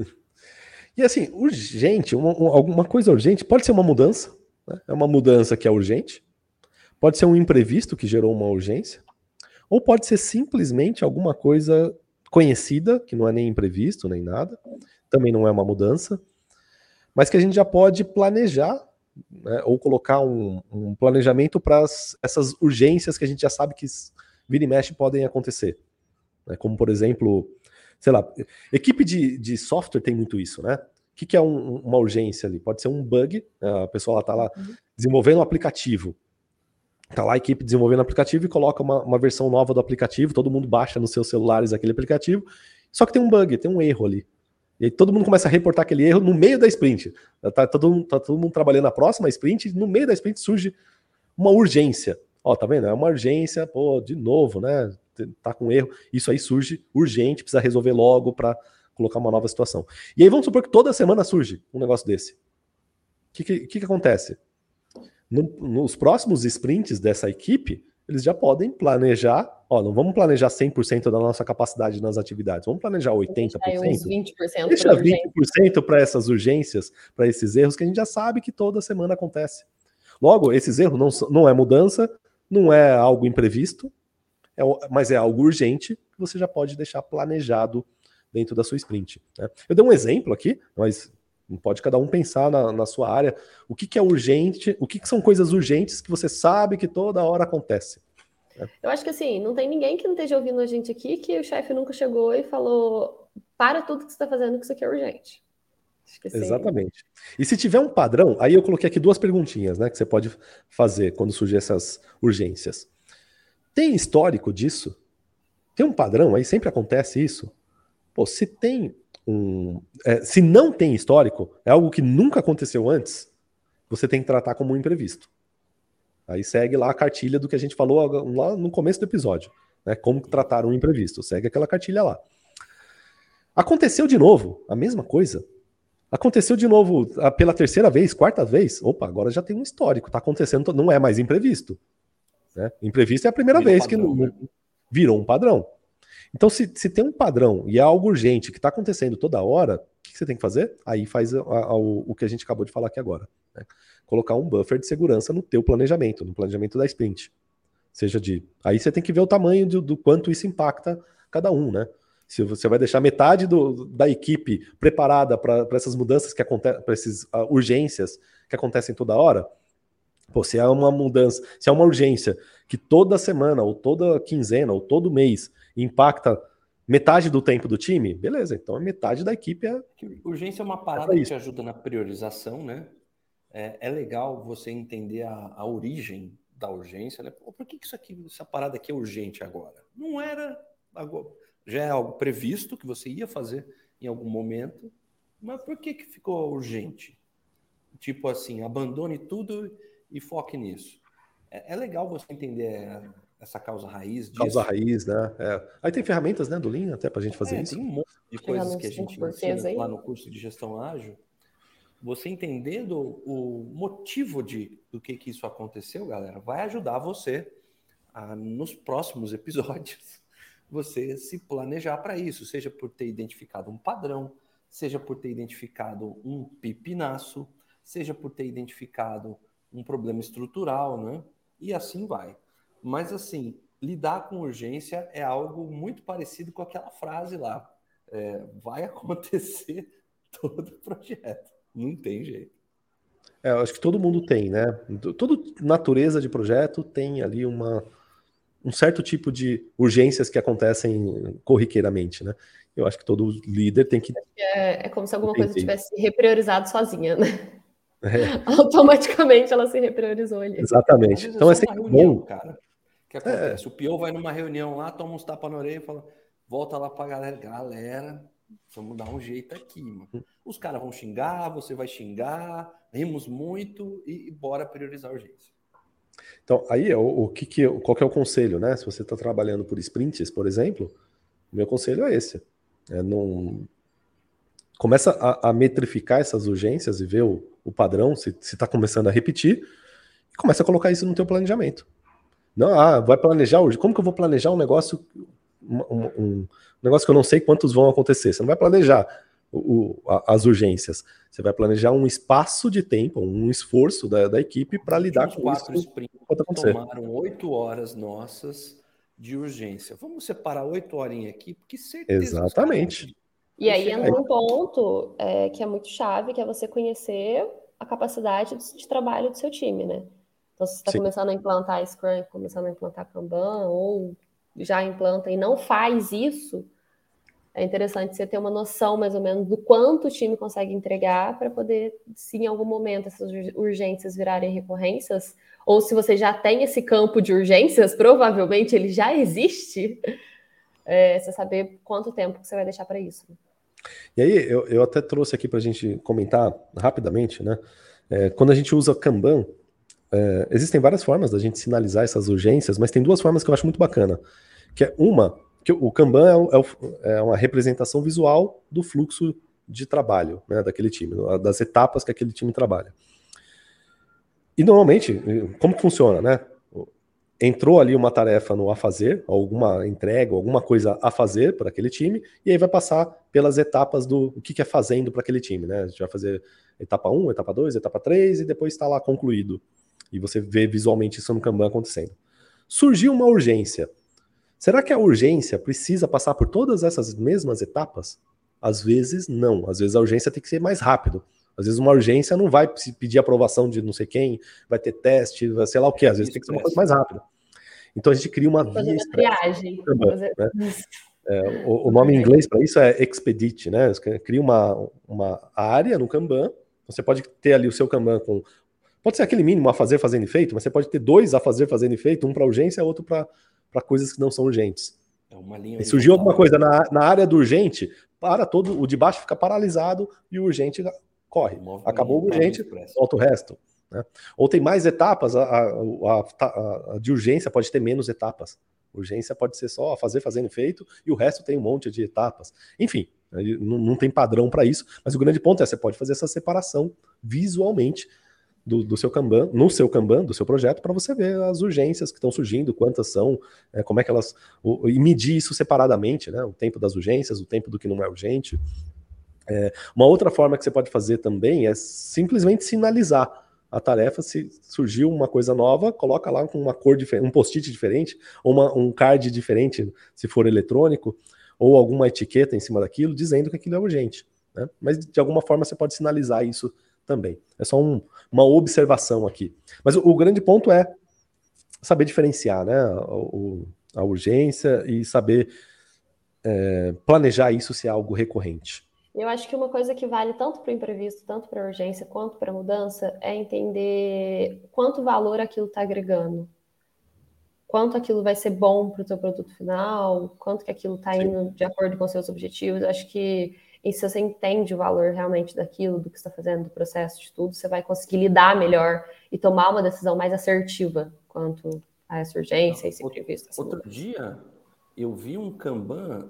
E assim, urgente, uma, uma, alguma coisa urgente, pode ser uma mudança, né? É uma mudança que é urgente, pode ser um imprevisto que gerou uma urgência, ou pode ser simplesmente alguma coisa conhecida, que não é nem imprevisto, nem nada, também não é uma mudança, mas que a gente já pode planejar, né? Ou colocar um, um planejamento para essas urgências que a gente já sabe que vira e mexe podem acontecer. Né? Como, por exemplo... Sei lá, equipe de, de software tem muito isso, né? O que, que é um, uma urgência ali? Pode ser um bug, a pessoa está lá desenvolvendo um aplicativo. Tá lá a equipe desenvolvendo o aplicativo e coloca uma, uma versão nova do aplicativo, todo mundo baixa nos seus celulares aquele aplicativo, só que tem um bug, tem um erro ali. E aí todo mundo começa a reportar aquele erro no meio da sprint. Tá todo, tá todo mundo trabalhando na próxima sprint, e no meio da sprint surge uma urgência. Ó, tá vendo? É uma urgência, pô, de novo, né? Tá com erro. Isso aí surge urgente, precisa resolver logo para colocar uma nova situação. E aí vamos supor que toda semana surge um negócio desse. O que, que, que, que acontece? No, nos próximos sprints dessa equipe, eles já podem planejar, ó, não vamos planejar cem por cento da nossa capacidade nas atividades, vamos planejar oitenta por cento. Deixa uns vinte por cento Deixa vinte por cento para essas urgências, para esses erros que a gente já sabe que toda semana acontece. Logo, esses erros não, não é mudança, não é algo imprevisto, é, mas é algo urgente que você já pode deixar planejado dentro da sua sprint. Né? Eu dei um exemplo aqui, mas pode cada um pensar na, na sua área o que, que é urgente, o que, que são coisas urgentes que você sabe que toda hora acontece. Né? Eu acho que assim, não tem ninguém que não esteja ouvindo a gente aqui que o chefe nunca chegou e falou: para tudo que você está fazendo, que isso aqui é urgente. Acho que, assim... Exatamente. E se tiver um padrão, aí eu coloquei aqui duas perguntinhas, né, que você pode fazer quando surgir essas urgências. Tem histórico disso? Tem um padrão? Aí sempre acontece isso? Pô, se tem um... É, se não tem histórico, é algo que nunca aconteceu antes, você tem que tratar como um imprevisto. Aí segue lá a cartilha do que a gente falou lá no começo do episódio, né? Como tratar um imprevisto. Segue aquela cartilha lá. Aconteceu de novo, a mesma coisa. Aconteceu de novo pela terceira vez, quarta vez. Opa, agora já tem um histórico. Tá acontecendo, não é mais imprevisto. Né? Imprevisto é a primeira Virou vez padrão, que né? virou um padrão. Então, se, se tem um padrão e é algo urgente que está acontecendo toda hora, o que você tem que fazer? Aí faz a, a, o, o que a gente acabou de falar aqui agora. Né? Colocar um buffer de segurança no teu planejamento, no planejamento da sprint. Seja de... Aí você tem que ver o tamanho do, do quanto isso impacta cada um, né? Se você vai deixar metade do, da equipe preparada para essas mudanças que acontecem, para essas uh, urgências que acontecem toda hora, pô, se é uma mudança, se é uma urgência que toda semana, ou toda quinzena, ou todo mês impacta metade do tempo do time, beleza, então metade da equipe é... Urgência é uma parada é que te ajuda na priorização, né? É, é legal você entender a, a origem da urgência, né? Pô, por que, que isso aqui, essa parada aqui é urgente agora? Não era agora... Já é algo previsto que você ia fazer em algum momento, mas por que que ficou urgente? Tipo assim, abandone tudo e foque nisso. É, é legal você entender essa causa raiz disso. Causa raiz, né? É. Aí tem ferramentas, né, do Lean até para a gente fazer é, isso. Tem um monte de coisas que a gente ensina lá no curso de gestão ágil. Você entendendo o motivo de, do que, que isso aconteceu, galera, vai ajudar você a, nos próximos episódios, você se planejar para isso, seja por ter identificado um padrão, seja por ter identificado um pipinaço, seja por ter identificado um problema estrutural, né? E assim vai. Mas assim, lidar com urgência é algo muito parecido com aquela frase lá. É, vai acontecer todo o projeto. Não tem jeito. É, eu acho que todo mundo tem, né? Toda natureza de projeto tem ali uma... um certo tipo de urgências que acontecem corriqueiramente, né? Eu acho que todo líder tem que... É, é como se alguma entender. coisa tivesse repriorizado sozinha, né? É. Automaticamente ela se repriorizou ali. Exatamente. Então é sempre reunião, bom. Cara. O que acontece? É. O P O vai numa reunião lá, toma uns tapas na orelha e fala, volta lá pra galera. Galera, vamos dar um jeito aqui, mano. Os caras vão xingar, você vai xingar, rimos muito e, e bora priorizar a urgência. Então, aí, o, o que que, qual que é o conselho, né? Se você está trabalhando por sprints, por exemplo, o meu conselho é esse. É não... Começa a, a metrificar essas urgências e ver o, o padrão, se está começando a repetir, e começa a colocar isso no teu planejamento. Não, ah, vai planejar hoje. Como que eu vou planejar um negócio, um, um, um negócio que eu não sei quantos vão acontecer? Você não vai planejar o, a, as urgências. Você vai planejar um espaço de tempo, um esforço da, da equipe para lidar com quatro isso. Sprints tomaram oito horas nossas de urgência. Vamos separar oito horinhas aqui, porque certeza. Exatamente. Que e aí entra um ponto é, que é muito chave, que é você conhecer a capacidade de, de trabalho do seu time, né? Então, se você está começando a implantar Scrum, começando a implantar Kanban, ou já implanta e não faz isso, é interessante você ter uma noção mais ou menos do quanto o time consegue entregar para poder, se em algum momento essas urgências virarem recorrências, ou se você já tem esse campo de urgências, provavelmente ele já existe, é, você saber quanto tempo que você vai deixar para isso. E aí, eu, eu até trouxe aqui para a gente comentar rapidamente, né? É, quando a gente usa Kanban, é, existem várias formas da gente sinalizar essas urgências, mas tem duas formas que eu acho muito bacana. Que é uma, que o Kanban é, o, é uma representação visual do fluxo de trabalho, né, daquele time, das etapas que aquele time trabalha. E normalmente, como que funciona, né? Entrou ali uma tarefa no a fazer, alguma entrega, alguma coisa a fazer para aquele time, e aí vai passar pelas etapas do o que, que é fazendo para aquele time, né? A gente vai fazer etapa um, etapa dois, etapa três, e depois está lá concluído. E você vê visualmente isso no Kanban acontecendo. Surgiu uma urgência. Será que a urgência precisa passar por todas essas mesmas etapas? Às vezes, não. Às vezes a urgência tem que ser mais rápido. Às vezes uma urgência não vai pedir aprovação de não sei quem, vai ter teste, vai sei lá o quê. Às vezes tem que ser uma coisa mais rápida. Então a gente cria uma via expressa. Né? É, o, o nome em inglês para isso é Expedite, né? Você cria uma, uma área no Kanban. Você pode ter ali o seu Kanban com... Pode ser aquele mínimo a fazer, fazendo e feito, mas você pode ter dois a fazer, fazendo e feito, um para urgência, outro para coisas que não são urgentes. É uma linha e surgiu alguma coisa na, na área do urgente, para todo, o de baixo fica paralisado e o urgente corre. Acabou o urgente, volta o resto. Né? Ou tem mais etapas, a, a, a, a de urgência pode ter menos etapas. Urgência pode ser só fazer, fazendo e feito, e o resto tem um monte de etapas. Enfim, não, não tem padrão para isso, mas o grande ponto é, você pode fazer essa separação visualmente Do, do seu Kanban, no seu Kanban, do seu projeto, para você ver as urgências que estão surgindo, quantas são, é, como é que elas... O, e medir isso separadamente, né? O tempo das urgências, o tempo do que não é urgente. É, uma outra forma que você pode fazer também é simplesmente sinalizar a tarefa. Se surgiu uma coisa nova, coloca lá com uma cor diferente, um post-it diferente, ou uma, um card diferente, se for eletrônico, ou alguma etiqueta em cima daquilo, dizendo que aquilo é urgente. Né? Mas de alguma forma você pode sinalizar isso também. É só um, uma observação aqui. Mas o, o grande ponto é saber diferenciar, né, o, a urgência e saber é, planejar isso se é algo recorrente. Eu acho que uma coisa que vale tanto para o imprevisto, tanto para a urgência, quanto para a mudança, é entender quanto valor aquilo está agregando. Quanto aquilo vai ser bom para o teu produto final, quanto que aquilo está indo de acordo com os seus objetivos. Eu acho que e se você entende o valor realmente daquilo, do que você está fazendo, do processo, de tudo, você vai conseguir lidar melhor e tomar uma decisão mais assertiva quanto a essa urgência e esse imprevisto. Outro dia, eu vi um Kanban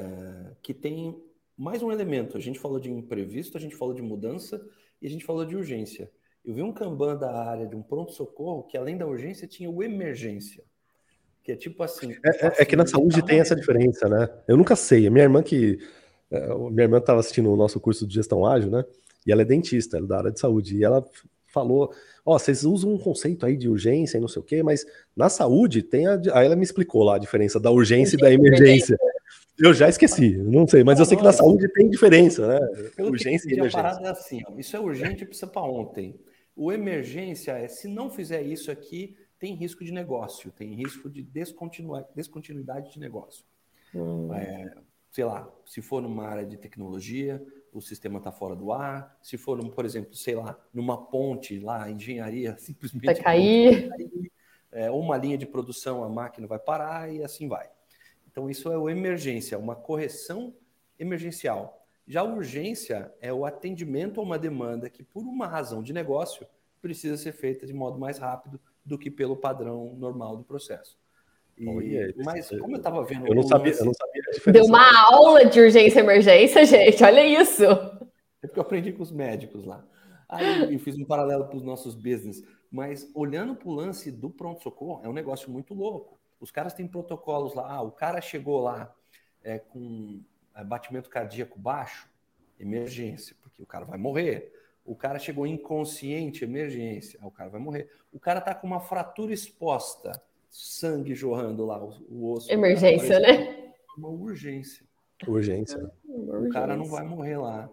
é, que tem mais um elemento. A gente falou de imprevisto, a gente falou de mudança e a gente falou de urgência. Eu vi um Kanban da área de um pronto-socorro que, além da urgência, tinha o emergência. Que é tipo assim... É, é, é que na saúde tá tem essa diferença, né? Eu nunca sei. A minha irmã que... Minha irmã estava assistindo o nosso curso de gestão ágil, né? E ela é dentista, ela é da área de saúde. E ela falou, ó, oh, vocês usam um conceito aí de urgência e não sei o quê, mas na saúde tem a... Aí ela me explicou lá a diferença da urgência e da emergência. Eu já esqueci, não sei, mas eu sei que na saúde tem diferença, né? Urgência e emergência. A parada é assim, ó, isso é urgente, precisa para ontem. O emergência é, se não fizer isso aqui, tem risco de negócio, tem risco de descontinuidade de negócio. Hum. É, sei lá, se for numa área de tecnologia, o sistema está fora do ar. Se for, por exemplo, sei lá, numa ponte lá, engenharia, simplesmente... Vai cair. Vai cair. É, ou uma linha de produção, a máquina vai parar e assim vai. Então, isso é o emergência, uma correção emergencial. Já a urgência é o atendimento a uma demanda que, por uma razão de negócio, precisa ser feita de modo mais rápido do que pelo padrão normal do processo. E, Olha, mas como eu estava vendo... Eu não, sabia, eu não sabia a diferença. Deu uma aula de urgência e emergência, gente. Olha isso. É porque eu aprendi com os médicos lá. Aí eu fiz um paralelo para os nossos business. Mas olhando para o lance do pronto-socorro, é um negócio muito louco. Os caras têm protocolos lá. Ah, o cara chegou lá é, com batimento cardíaco baixo, emergência, porque o cara vai morrer. O cara chegou inconsciente, emergência, o cara vai morrer. O cara tá com uma fratura exposta, sangue jorrando lá, o, o osso. Emergência, cara, né? Uma urgência. Urgência. É, o cara não vai morrer lá,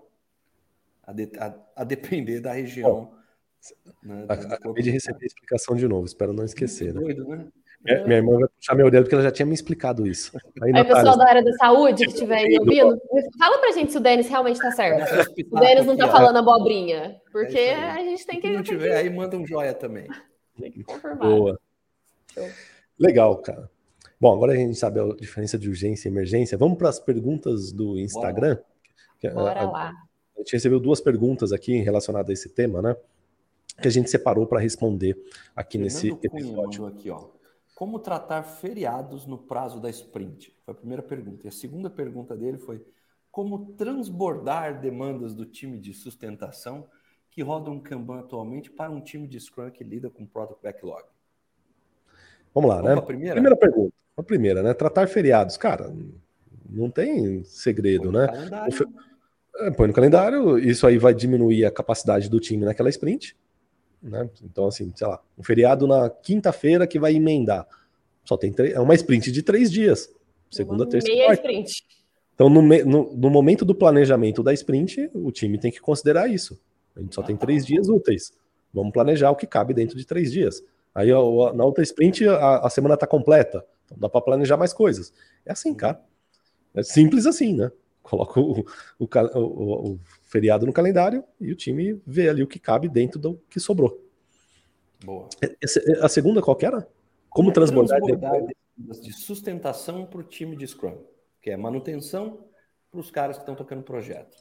a, de, a, a depender da região. Bom, né, acabei de receber a explicação de novo, espero não esquecer. Muito doido, né? Minha, minha irmã vai puxar meu dedo porque ela já tinha me explicado isso. Aí, Aí o pessoal da área da saúde que estiver aí ouvindo, fala pra gente se o Denis realmente está certo. Se o Denis não está falando abobrinha. Porque é a gente tem que... Se não tiver, aí manda um joia também. Tem que confirmar. Boa. Show. Legal, cara. Bom, agora a gente sabe a diferença de urgência e emergência. Vamos para as perguntas do Instagram? Bora, Bora a, lá. A gente recebeu duas perguntas aqui relacionadas a esse tema, né? Que a gente separou para responder aqui Fernando nesse Cunha episódio. Mandou aqui, ó. Como tratar feriados no prazo da sprint? Foi a primeira pergunta. E a segunda pergunta dele foi como transbordar demandas do time de sustentação que roda um Kanban atualmente para um time de Scrum que lida com Product Backlog? Vamos lá, Vamos né? para a primeira? Primeira pergunta. A primeira, né? Tratar feriados. Cara, não tem segredo, Põe no né? calendário. É, põe no calendário. Isso aí vai diminuir a capacidade do time naquela sprint. Né? Então, assim, sei lá, um feriado na quinta-feira que vai emendar. Só tem três, é uma sprint de três dias. Segunda, uma terça e meia quarta. Sprint. Então, no, no, no momento do planejamento da sprint, o time tem que considerar isso. A gente só ah, tem três tá. dias úteis. Vamos planejar o que cabe dentro de três dias. Aí, ó, na outra sprint, a, a semana está completa. Então, dá para planejar mais coisas. É assim, cara. É simples assim, né? Coloca o, o, o, o feriado no calendário e o time vê ali o que cabe dentro do que sobrou. Boa. A segunda qual que era? Como, Como transbordar, transbordar de sustentação para o time de Scrum, que é manutenção para os caras que estão tocando o projeto.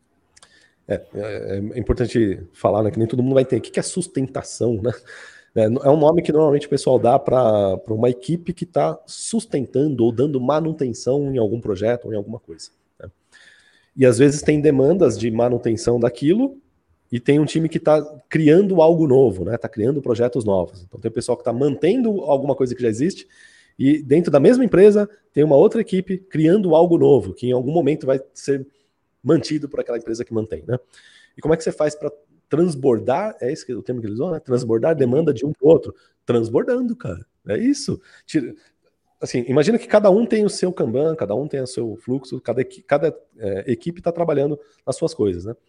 É, é, é importante falar, né, que nem todo mundo vai ter. O que é sustentação, né? É um nome que normalmente o pessoal dá para uma equipe que está sustentando ou dando manutenção em algum projeto ou em alguma coisa. Né? E às vezes tem demandas de manutenção daquilo e tem um time que está criando algo novo, né? Está criando projetos novos. Então tem o pessoal que está mantendo alguma coisa que já existe e dentro da mesma empresa tem uma outra equipe criando algo novo, que em algum momento vai ser mantido por aquela empresa que mantém, né? E como é que você faz para transbordar, é esse o termo que eles usam, né? Transbordar a demanda de um para o outro. Transbordando, cara. É isso. Tira, assim, imagina que cada um tem o seu Kanban, cada um tem o seu fluxo, cada, cada é, equipe está trabalhando nas suas coisas, né?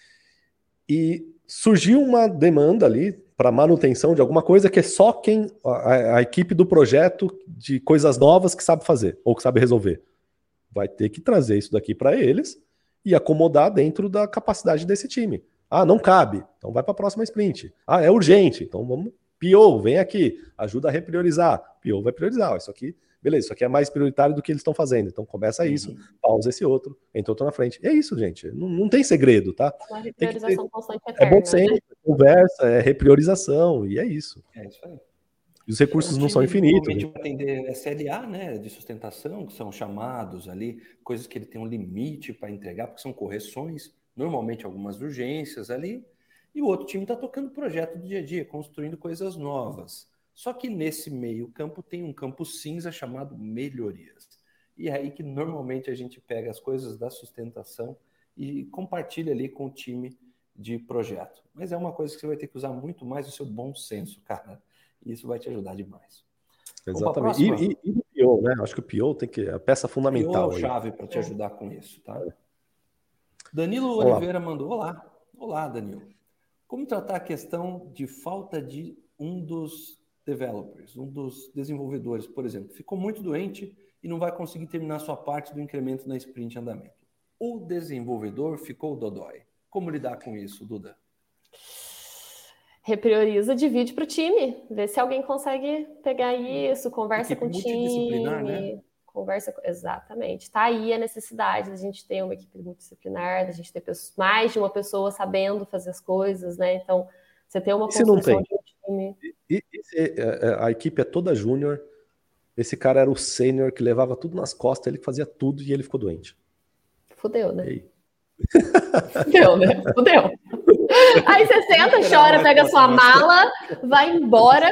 E surgiu uma demanda ali para manutenção de alguma coisa que é só quem, a, a equipe do projeto de coisas novas que sabe fazer, ou que sabe resolver. Vai ter que trazer isso daqui para eles e acomodar dentro da capacidade desse time. Ah, não cabe, então vai para a próxima sprint. Ah, é urgente, então vamos, P O, vem aqui, ajuda a repriorizar. P O vai priorizar, isso aqui, beleza, isso aqui é mais prioritário do que eles estão fazendo, então começa isso, uhum. pausa esse outro, entra outro na frente. E é isso, gente, não, não tem segredo, tá? Uma repriorização constante eterna, é bom senso, né? É conversa, é repriorização, e é isso. É isso aí. E os recursos não são infinitos. Normalmente vai atender S L A, né, de sustentação, que são chamados ali, coisas que ele tem um limite para entregar, porque são correções, normalmente algumas urgências ali, e o outro time está tocando projeto do dia a dia, construindo coisas novas. Só que nesse meio campo tem um campo cinza chamado melhorias. E é aí que normalmente a gente pega as coisas da sustentação e compartilha ali com o time de projeto. Mas é uma coisa que você vai ter que usar muito mais o seu bom senso, cara. E isso vai te ajudar demais. Exatamente. E, e, e o P O, né? Acho que o P O tem que é a peça fundamental. P O é a chave para te ajudar com isso, tá? É. Danilo olá. Oliveira mandou: olá. Olá, Danilo. Como tratar a questão de falta de um dos developers, um dos desenvolvedores, por exemplo, ficou muito doente e não vai conseguir terminar sua parte do incremento na sprint andamento. O desenvolvedor ficou dodói. Como lidar com isso, Duda? Reprioriza, divide para o time, vê se alguém consegue pegar isso, conversa equipe com o time, né? conversa com... exatamente. Tá aí a necessidade da gente ter uma equipe multidisciplinar, da gente ter mais de uma pessoa sabendo fazer as coisas, né? Então, você ter uma construção de um time. E, e se a equipe é toda júnior, esse cara era o sênior que levava tudo nas costas, ele fazia tudo e ele ficou doente. Fudeu, né? Fudeu, né? Fudeu. Aí você senta, chora, pega sua mala, vai embora.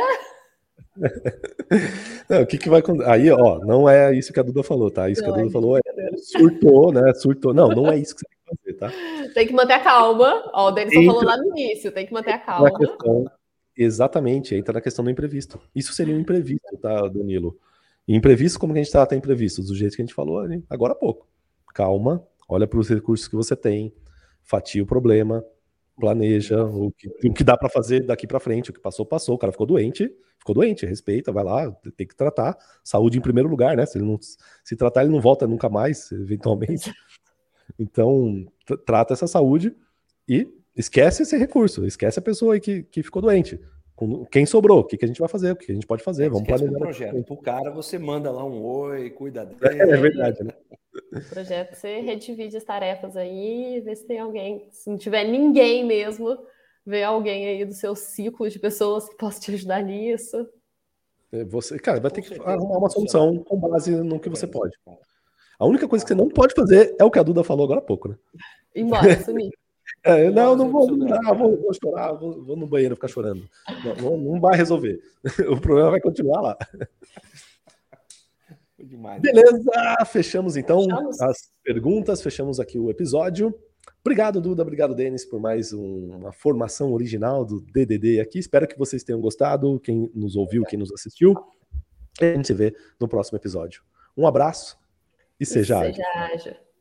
Não, o que que vai acontecer? Aí, ó, não é isso que a Duda falou, tá? Isso não, que a Duda é falou é surtou, né? Surtou. Não, não é isso que você tem que fazer, tá? Tem que manter a calma. Ó, o Denis entra... falou lá no início, tem que manter a calma. Questão, exatamente, entra na questão do imprevisto. Isso seria um imprevisto, tá, Danilo? E imprevisto, como que a gente trata imprevistos? Do jeito que a gente falou ali, agora há pouco. Calma, olha para os recursos que você tem, fatia o problema, planeja o que, o que dá para fazer daqui para frente, o que passou, passou. O cara ficou doente, ficou doente, respeita, vai lá, tem que tratar. Saúde em primeiro lugar, né? Se ele não se tratar, ele não volta nunca mais, eventualmente. Então, trata essa saúde e esquece esse recurso, esquece a pessoa aí que, que ficou doente. Quem sobrou, o que, que a gente vai fazer, o que a gente pode fazer, é, vamos planejar. O projeto. Pro cara, você manda lá um oi, cuida dele. É, é verdade, né? O projeto, você redivide as tarefas aí, vê se tem alguém, se não tiver ninguém mesmo, vê alguém aí do seu ciclo de pessoas que possa te ajudar nisso. Você, cara, vai ter que arrumar uma solução com base no que você pode. A única coisa que você não pode fazer é o que a Duda falou agora há pouco, né? Embora, sumir. É, não, não vou, não, vou, vou chorar, vou, vou no banheiro ficar chorando. Não, não, não vai resolver. O problema vai continuar lá. Demais. Beleza, fechamos então fechamos. as perguntas, fechamos aqui o episódio. Obrigado, Duda, obrigado, Denis, por mais um, uma formação original do D D D aqui. Espero que vocês tenham gostado, quem nos ouviu, quem nos assistiu. E a gente se vê no próximo episódio. Um abraço e seja, seja ágil.